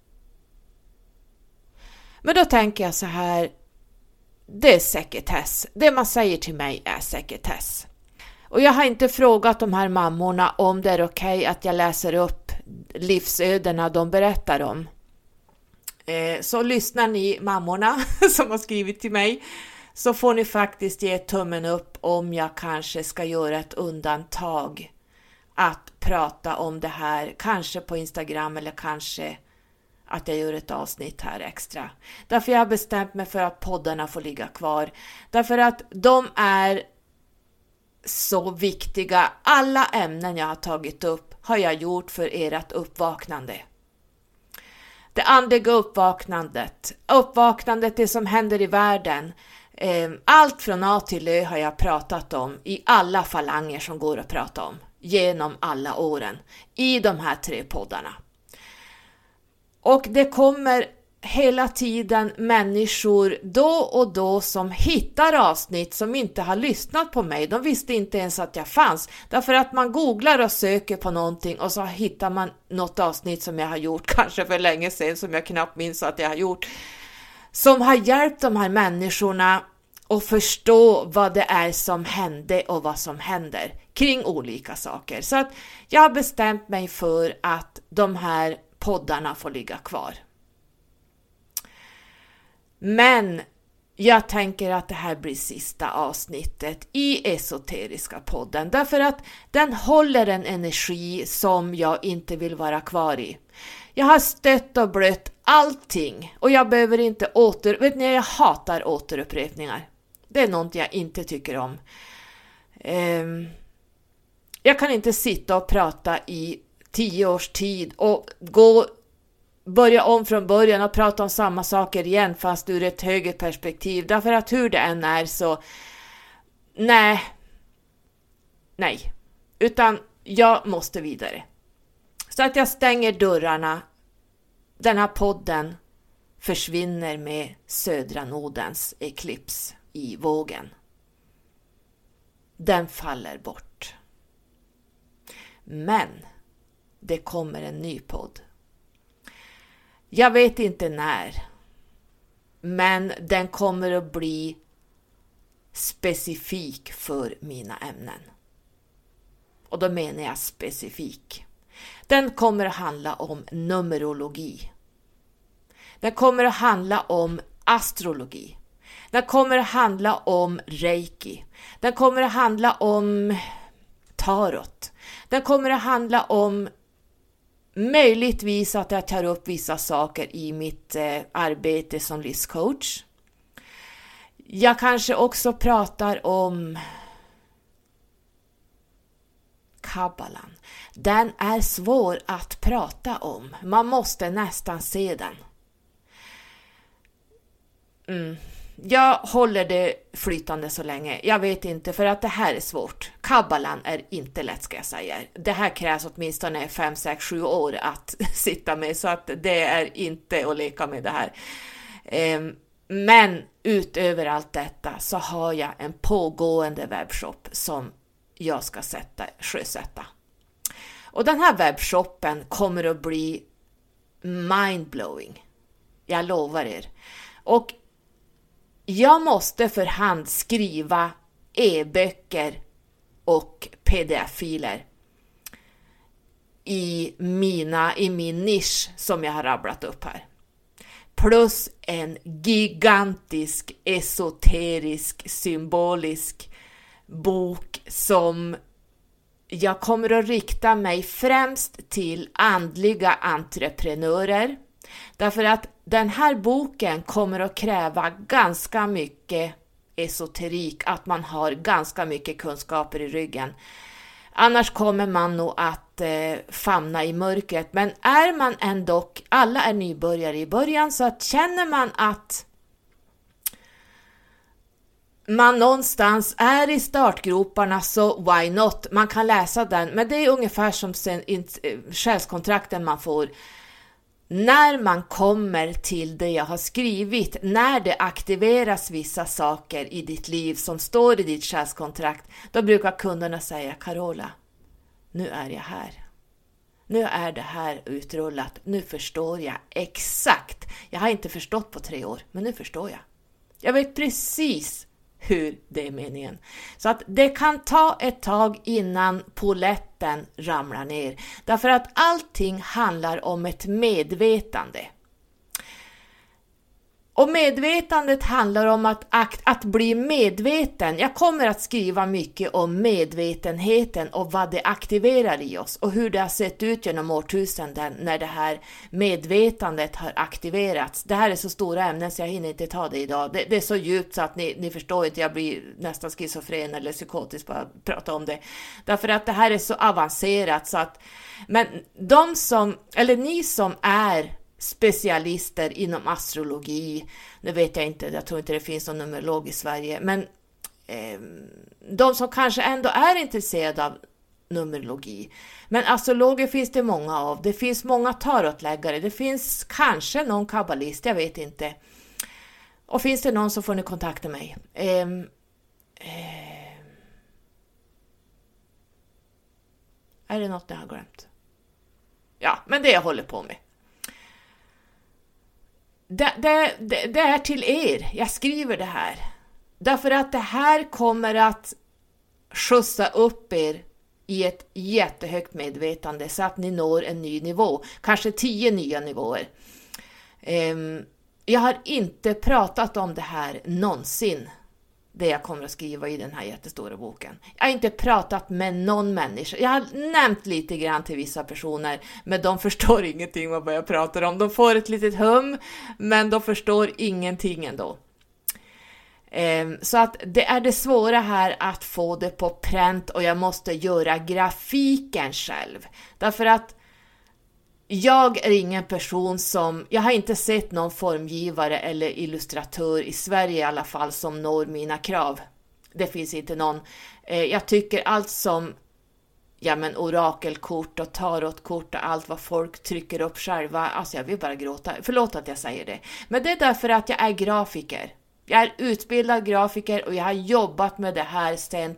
Men då tänker jag så här, det är sekretess. Det man säger till mig är sekretess. Och jag har inte frågat de här mammorna om det är okej att jag läser upp livsödena de berättar om. Så lyssnar ni mammorna som har skrivit till mig, så får ni faktiskt ge tummen upp om jag kanske ska göra ett undantag att prata om det här, kanske på Instagram eller kanske att jag gör ett avsnitt här extra. Därför jag har bestämt mig för att poddarna får ligga kvar. Därför att de är så viktiga. Alla ämnen jag har tagit upp har jag gjort för ert uppvaknande. Det andliga uppvaknandet, det som händer i världen. Allt från A till Ö har jag pratat om i alla falanger som går att prata om. Genom alla åren. I de här 3 poddarna. Och det kommer hela tiden människor då och då som hittar avsnitt som inte har lyssnat på mig. De visste inte ens att jag fanns. Därför att man googlar och söker på någonting och så hittar man något avsnitt som jag har gjort kanske för länge sedan som jag knappt minns att jag har gjort. Som har hjälpt de här människorna att förstå vad det är som hände och vad som händer kring olika saker. Så att jag har bestämt mig för att de här poddarna får ligga kvar. Men jag tänker att det här blir sista avsnittet i Esoteriska podden. Därför att den håller en energi som jag inte vill vara kvar i. Jag har stött och blött allting. Och jag behöver inte vet ni, jag hatar återupprepningar. Det är något jag inte tycker om. Jag kan inte sitta och prata i 10 års tid och börja om från början och prata om samma saker igen fast ur ett högre perspektiv. Därför att hur det än är så nej. Utan jag måste vidare. Så att jag stänger dörrarna. Den här podden försvinner med södra nodens eklips i vågen. Den faller bort. Men det kommer en ny podd. Jag vet inte när. Men den kommer att bli specifik för mina ämnen. Och då menar jag specifik. Den kommer att handla om numerologi. Den kommer att handla om astrologi. Den kommer att handla om reiki. Den kommer att handla om tarot. Den kommer att handla om möjligtvis att jag tar upp vissa saker i mitt arbete som livscoach. Jag kanske också pratar om kabbalan. Den är svår att prata om. Man måste nästan se den. Jag håller det flytande så länge. Jag vet inte, för att det här är svårt. Kabbalan är inte lätt, ska jag säga. Det här krävs åtminstone 5, 6, 7 år att sitta med. Så att det är inte att leka med det här. Men utöver allt detta så har jag en pågående webbshop som jag ska sjösätta. Och den här webbshoppen kommer att bli mindblowing. Jag lovar er. Och jag måste för hand skriva e-böcker och pdf-filer i min nisch som jag har rabblat upp här. Plus en gigantisk, esoterisk, symbolisk bok som jag kommer att rikta mig främst till andliga entreprenörer. Därför att den här boken kommer att kräva ganska mycket esoterik, att man har ganska mycket kunskaper i ryggen. Annars kommer man nog att famna i mörkret. Men är man ändå, alla är nybörjare i början, så att känner man att man någonstans är i startgroparna, så why not? Man kan läsa den, men det är ungefär som själskontrakten man får. När man kommer till det jag har skrivit, när det aktiveras vissa saker i ditt liv som står i ditt själskontrakt, då brukar kunderna säga: Carola, nu är jag här. Nu är det här utrullat. Nu förstår jag exakt. Jag har inte förstått på 3 år, men nu förstår jag. Jag vet precis hur det är meningen. Så att det kan ta ett tag innan poletten ramlar ner. Därför att allting handlar om ett medvetande. Och medvetandet handlar om att bli medveten. Jag kommer att skriva mycket om medvetenheten och vad det aktiverar i oss. Och hur det har sett ut genom årtusenden när det här medvetandet har aktiverats. Det här är så stora ämnen så jag hinner inte ta det idag. Det är så djupt så att ni förstår inte. Jag blir nästan schizofren eller psykotisk bara att prata om det. Därför att det här är så avancerat så att... Men ni som är specialister inom astrologi, nu vet jag inte, jag tror inte det finns någon numerolog i Sverige, men de som kanske ändå är intresserade av numerologi, men astrologer finns det många av, det finns många tarotläggare, det finns kanske någon kabbalist, jag vet inte, och finns det någon så får ni kontakta mig. Är det något jag har glömt? Ja, men det jag håller på med. Det är till er. Jag skriver det här. Därför att det här kommer att skjutsa upp er i ett jättehögt medvetande så att ni når en ny nivå. Kanske 10 nya nivåer. Jag har inte pratat om det här någonsin. Det jag kommer att skriva i den här jättestora boken. Jag har inte pratat med någon människa. Jag har nämnt lite grann till vissa personer, men de förstår ingenting om vad jag pratar om. De får ett litet hum, men de förstår ingenting ändå. Så att det är det svåra här att få det på pränt, och jag måste göra grafiken själv. Därför att jag är ingen person jag har inte sett någon formgivare eller illustratör i Sverige i alla fall som når mina krav. Det finns inte någon. Jag tycker allt som orakelkort och tarotkort och allt vad folk trycker upp själva. Alltså jag vill bara gråta. Förlåt att jag säger det. Men det är därför att jag är grafiker. Jag är utbildad grafiker och jag har jobbat med det här sedan,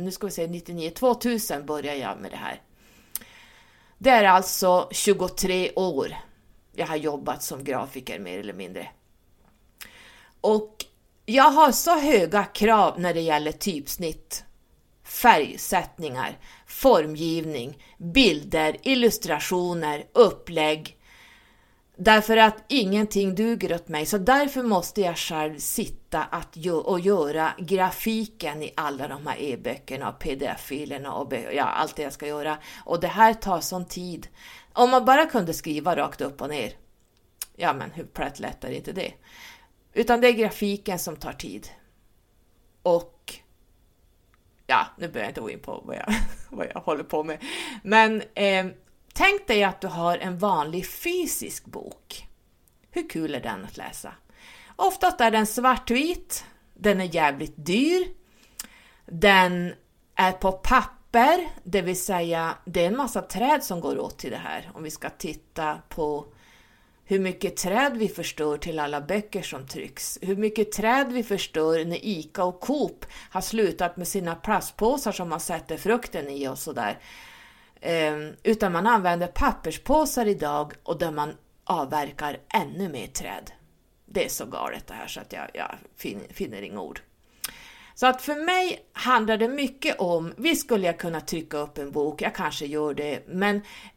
2000 började jag med det här. Det är alltså 23 år jag har jobbat som grafiker mer eller mindre. Och jag har så höga krav när det gäller typsnitt, färgsättningar, formgivning, bilder, illustrationer, upplägg. Därför att ingenting duger åt mig. Så därför måste jag själv sitta och göra grafiken i alla de här e-böckerna och pdf-filerna och allt det jag ska göra. Och det här tar sån tid. Om man bara kunde skriva rakt upp och ner. Ja men hur plätt lätt är inte det? Utan det är grafiken som tar tid. Och nu börjar jag inte gå in på vad jag håller på med. Men tänk dig att du har en vanlig fysisk bok. Hur kul är den att läsa? Oftast är den svartvit. Den är jävligt dyr. Den är på papper. Det vill säga det är en massa träd som går åt till det här. Om vi ska titta på hur mycket träd vi förstör till alla böcker som trycks. Hur mycket träd vi förstör när Ica och Coop har slutat med sina plastpåsar som man sätter frukten i och sådär. Utan man använder papperspåsar idag och där man avverkar ännu mer träd. Det är så galet det här så att jag finner inga ord. Så att för mig handlar det mycket om, visst skulle jag kunna trycka upp en bok, jag kanske gör det, men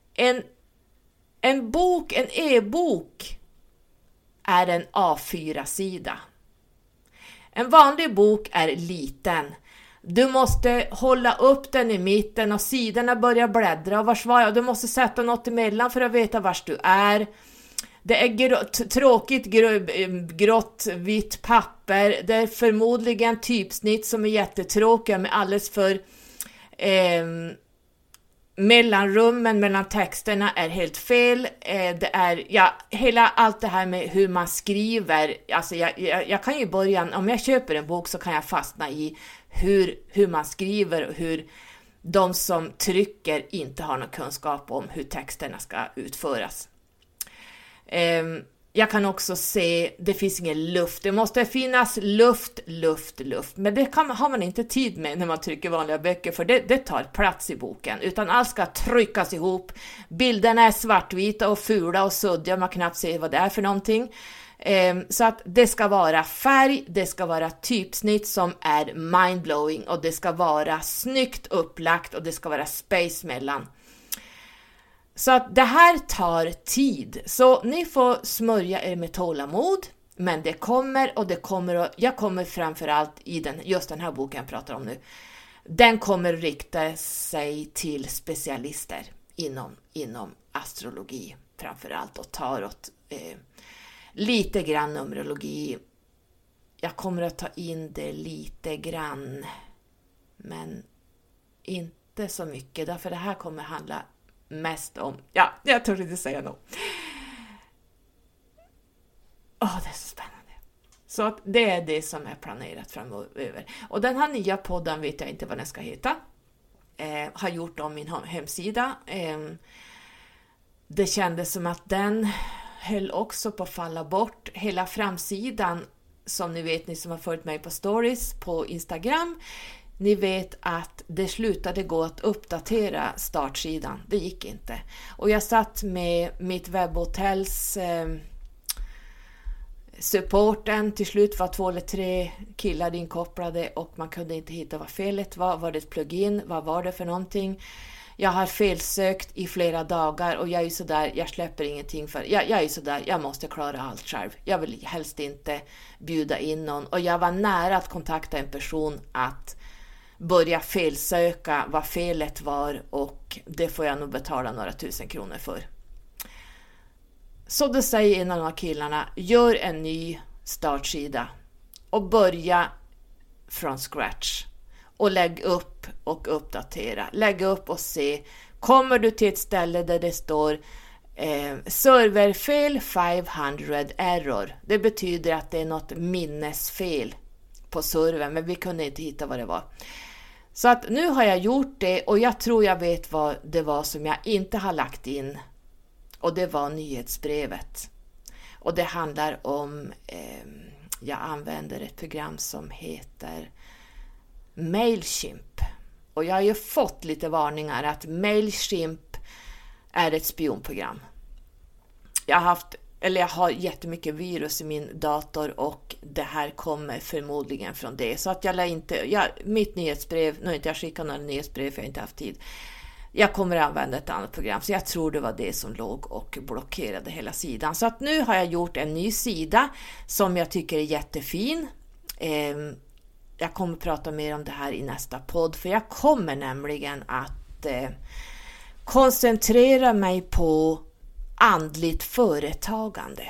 en bok, en e-bok är en A4-sida. En vanlig bok är liten. Du måste hålla upp den i mitten och sidorna börjar bläddra och du måste sätta något emellan för att veta vars du är. Det är tråkigt grått vitt papper. Det är förmodligen typsnitt som är jättetråkiga med alldeles för mellanrummen mellan texterna är helt fel. Det är allt det här med hur man skriver. Alltså jag kan ju börja, om jag köper en bok så kan jag fastna i hur man skriver och hur de som trycker inte har någon kunskap om hur texterna ska utföras. Jag kan också se, det finns ingen luft. Det måste finnas luft. Men det har man inte tid med när man trycker vanliga böcker. För det tar plats i boken. Utan allt ska tryckas ihop. Bilderna är svartvita och fula och suddiga. Man knappt ser vad det är för någonting. Så att det ska vara färg. Det ska vara typsnitt som är mindblowing. Och det ska vara snyggt upplagt. Och det ska vara space mellan. Så att det här tar tid. Så ni får smörja er med tålamod. Men det kommer och jag kommer framförallt i just den här boken jag pratar om nu. Den kommer rikta sig till specialister inom astrologi framförallt och tarot. Lite grann numerologi. Jag kommer att ta in det lite grann. Men inte så mycket. Därför det här kommer handla mest om, jag tror inte säga något. Det är så spännande. Så att det är det som är planerat framöver. Och den här nya podden vet jag inte vad den ska heta. Har gjort om min hemsida. Det kändes som att den höll också på att falla bort. Hela framsidan, som ni vet, ni som har följt mig på stories på Instagram, ni vet att det slutade gå att uppdatera startsidan. Det gick inte. Och jag satt med mitt webbhotels supporten. Till slut var 2 eller 3 killar inkopplade och man kunde inte hitta vad felet var. Var det ett plugin? Vad var det för någonting? Jag har felsökt i flera dagar och jag är ju sådär, jag släpper ingenting för. Jag är ju sådär, jag måste klara allt själv. Jag vill helst inte bjuda in någon. Och jag var nära att kontakta en person att börja felsöka vad felet var, och det får jag nog betala några 1000 kronor för. Så då säger en av de här killarna, gör en ny startsida och börja från scratch och lägg upp och uppdatera. Lägg upp och se, kommer du till ett ställe där det står serverfel 500 error. Det betyder att det är något minnesfel på servern, men vi kunde inte hitta vad det var. Så att nu har jag gjort det och jag tror jag vet vad det var som jag inte har lagt in. Och det var nyhetsbrevet. Och det handlar om, jag använder ett program som heter Mailchimp. Och jag har ju fått lite varningar att Mailchimp är ett spionprogram. Jag har jättemycket virus i min dator och det här kommer förmodligen från det. Så att mitt nyhetsbrev, nu har inte jag skickat några nyhetsbrev för jag har inte haft tid. Jag kommer att använda ett annat program, så jag tror det var det som låg och blockerade hela sidan. Så att nu har jag gjort en ny sida som jag tycker är jättefin. Jag kommer prata mer om det här i nästa podd, för jag kommer nämligen att koncentrera mig på andligt företagande.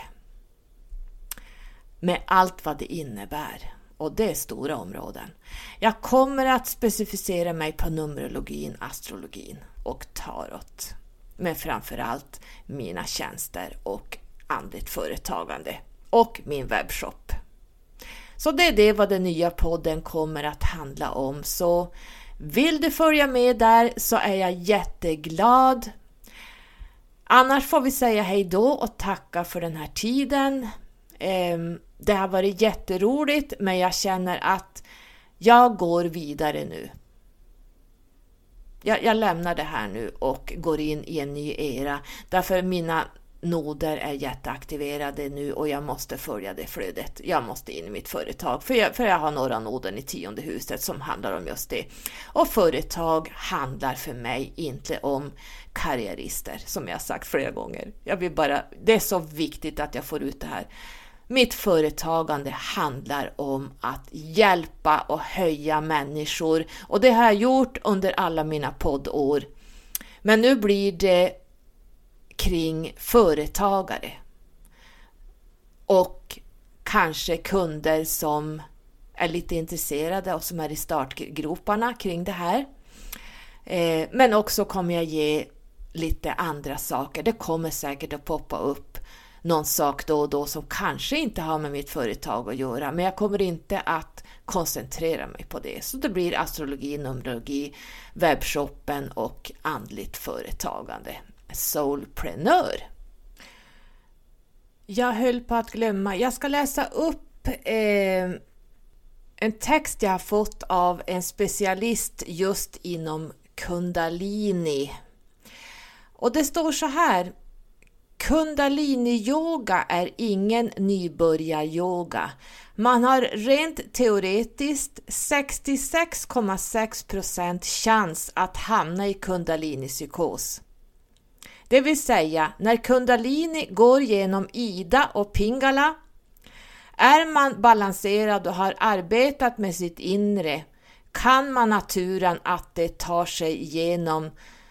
Med allt vad det innebär. Och det är stora områden. Jag kommer att specificera mig på numerologin, astrologin och tarot. Men framförallt mina tjänster och andligt företagande. Och min webbshop. Så det är det vad den nya podden kommer att handla om. Så vill du följa med där så är jag jätteglad. Annars får vi säga hej då och tacka för den här tiden. Det har varit jätteroligt, men jag känner att jag går vidare nu. Jag lämnar det här nu och går in i en ny era. Därför mina noder är jätteaktiverade nu och jag måste följa det flödet. Jag måste in i mitt företag. För jag har några noder i 10:e huset som handlar om just det. Och företag handlar för mig inte om karriärister, som jag sagt flera gånger. Det är så viktigt att jag får ut det här. Mitt företagande handlar om att hjälpa och höja människor. Och det har jag gjort under alla mina poddår. Men nu blir det kring företagare. Och kanske kunder som är lite intresserade och som är i startgroparna kring det här. Men också kommer jag ge lite andra saker. Det kommer säkert att poppa upp någon sak då och då som kanske inte har med mitt företag att göra. Men jag kommer inte att koncentrera mig på det. Så det blir astrologi, numerologi, webbshoppen och andligt företagande. Soulpreneur. Jag höll på att glömma. Jag ska läsa upp en text jag har fått av en specialist just inom kundalini. Och det står så här: Kundalini-yoga är ingen nybörjar-yoga. Man har rent teoretiskt 66,6% chans att hamna i kundalini-psykos. Det vill säga, när kundalini går genom Ida och Pingala, är man balanserad och har arbetat med sitt inre, kan man naturen att det tar sig igenom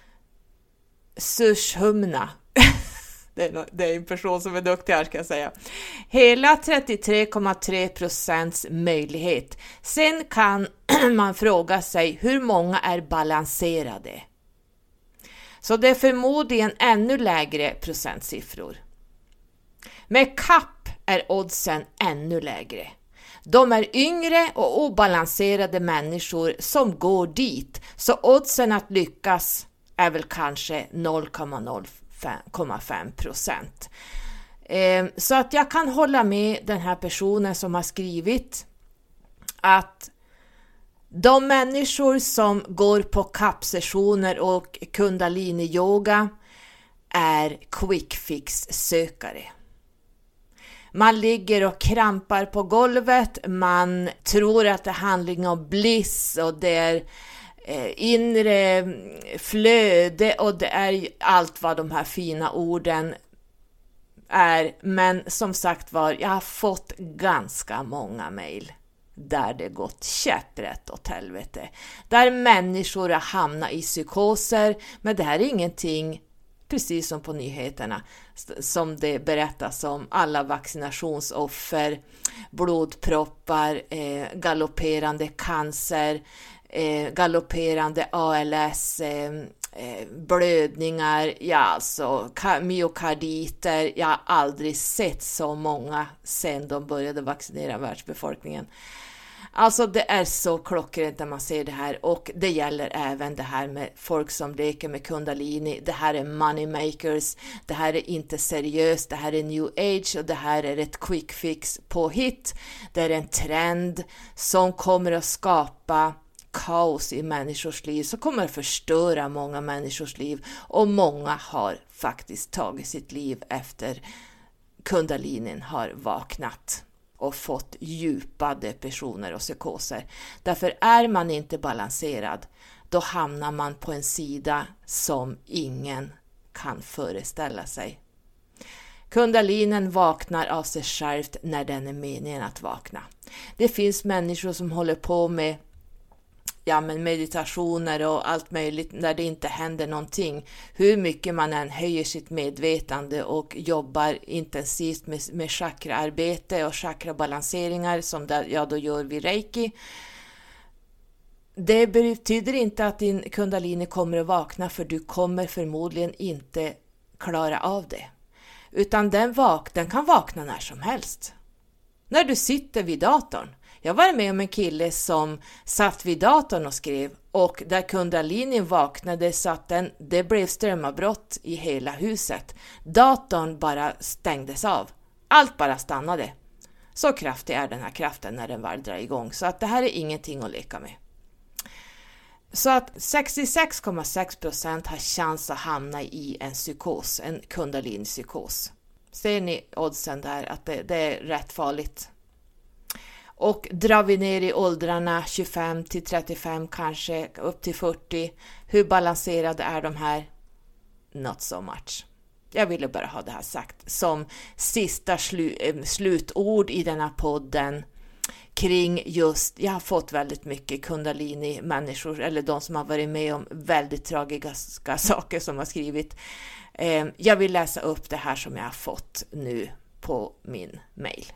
Sushumna. Det är en person som är duktig här, ska jag säga. Hela 33,3% möjlighet. Sen kan man fråga sig hur många är balanserade. Så det är förmodligen ännu lägre procentsiffror. Med kapp är oddsen ännu lägre. De är yngre och obalanserade människor som går dit. Så oddsen att lyckas är väl kanske 0,05%. Så att jag kan hålla med den här personen som har skrivit att de människor som går på kappsessioner och kundalini-yoga är quick fix-sökare. Man ligger och krampar på golvet, man tror att det handlar om bliss och det är inre flöde och det är allt vad de här fina orden är. Men som sagt var, jag har fått ganska många mejl där det gått käpprätt åt helvete. Där människor har hamnat i psykoser, men det här är ingenting, precis som på nyheterna, som det berättas om alla vaccinationsoffer, blodproppar, galopperande cancer, galopperande ALS, blödningar, ja alltså myokarditer. Jag har aldrig sett så många sedan de började vaccinera världsbefolkningen. Alltså det är så klockrent när man ser det här, och det gäller även det här med folk som leker med kundalini. Det här är money makers, det här är inte seriöst, det här är new age och det här är ett quick fix på hit. Det är en trend som kommer att skapa kaos i människors liv, som kommer att förstöra många människors liv, och många har faktiskt tagit sitt liv efter kundalinin har vaknat och fått djupa depressioner och psykoser. Därför är man inte balanserad, då hamnar man på en sida som ingen kan föreställa sig. Kundalinen vaknar av sig självt när den är meningen att vakna. Det finns människor som håller på med meditationer och allt möjligt när det inte händer någonting. Hur mycket man än höjer sitt medvetande och jobbar intensivt med chakraarbete och chakrabalanseringar som jag då gör vid reiki. Det betyder inte att din kundalini kommer att vakna, för du kommer förmodligen inte klara av det. Utan den kan vakna när som helst. När du sitter vid datorn. Jag var med om en kille som satt vid datorn och skrev, och där kundalinin vaknade så att det blev strömavbrott i hela huset. Datorn bara stängdes av. Allt bara stannade. Så kraftig är den här kraften när den väl drar igång. Så att det här är ingenting att leka med. Så att 66,6% har chans att hamna i en psykos, en kundalini-psykos. Ser ni oddsen där att det är rätt farligt? Och drar vi ner i åldrarna 25 till 35, kanske upp till 40. Hur balanserade är de här? Not so much. Jag ville bara ha det här sagt som sista slutord i denna podden kring just, jag har fått väldigt mycket kundalini-människor, eller de som har varit med om väldigt tragiska saker som har skrivit. Jag vill läsa upp det här som jag har fått nu på min mail.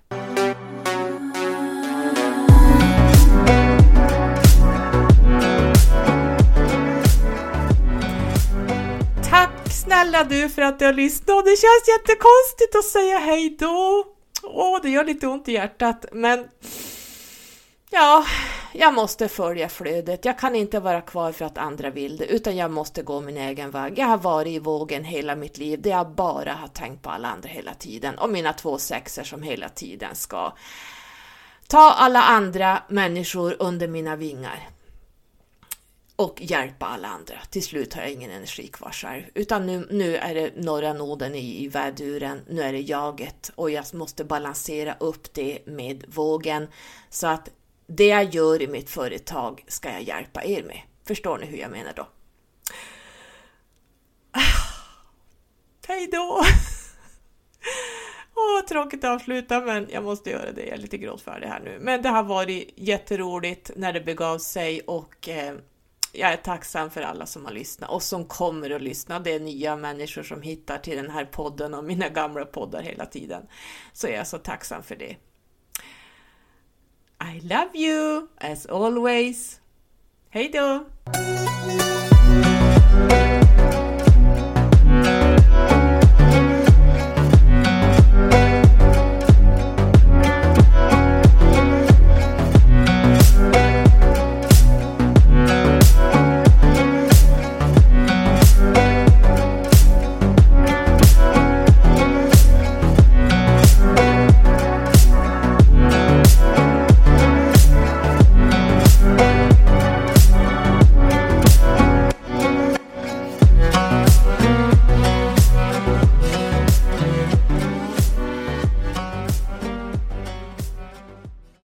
Tack snälla du för att du har lyssnat. Det känns jättekonstigt att säga hej då. Det gör lite ont i hjärtat. Men ja, jag måste följa flödet. Jag kan inte vara kvar för att andra vill det. Utan jag måste gå min egen väg. Jag har varit i vågen hela mitt liv. Det jag bara har tänkt på alla andra hela tiden. Och mina 2 sexer som hela tiden ska ta alla andra människor under mina vingar. Och hjälpa alla andra. Till slut har jag ingen energi kvar själv. Utan nu är det norra noden i väduren. Nu är det jaget. Och jag måste balansera upp det med vågen. Så att det jag gör i mitt företag ska jag hjälpa er med. Förstår ni hur jag menar då? Hej då! Tråkigt att avsluta, men jag måste göra det. Jag är lite gråtfärdig här nu. Men det har varit jätteroligt när det begav sig, och jag är tacksam för alla som har lyssnat och som kommer att lyssna. Det är nya människor som hittar till den här podden och mina gamla poddar hela tiden. Så jag är så tacksam för det. I love you as always. Hej då!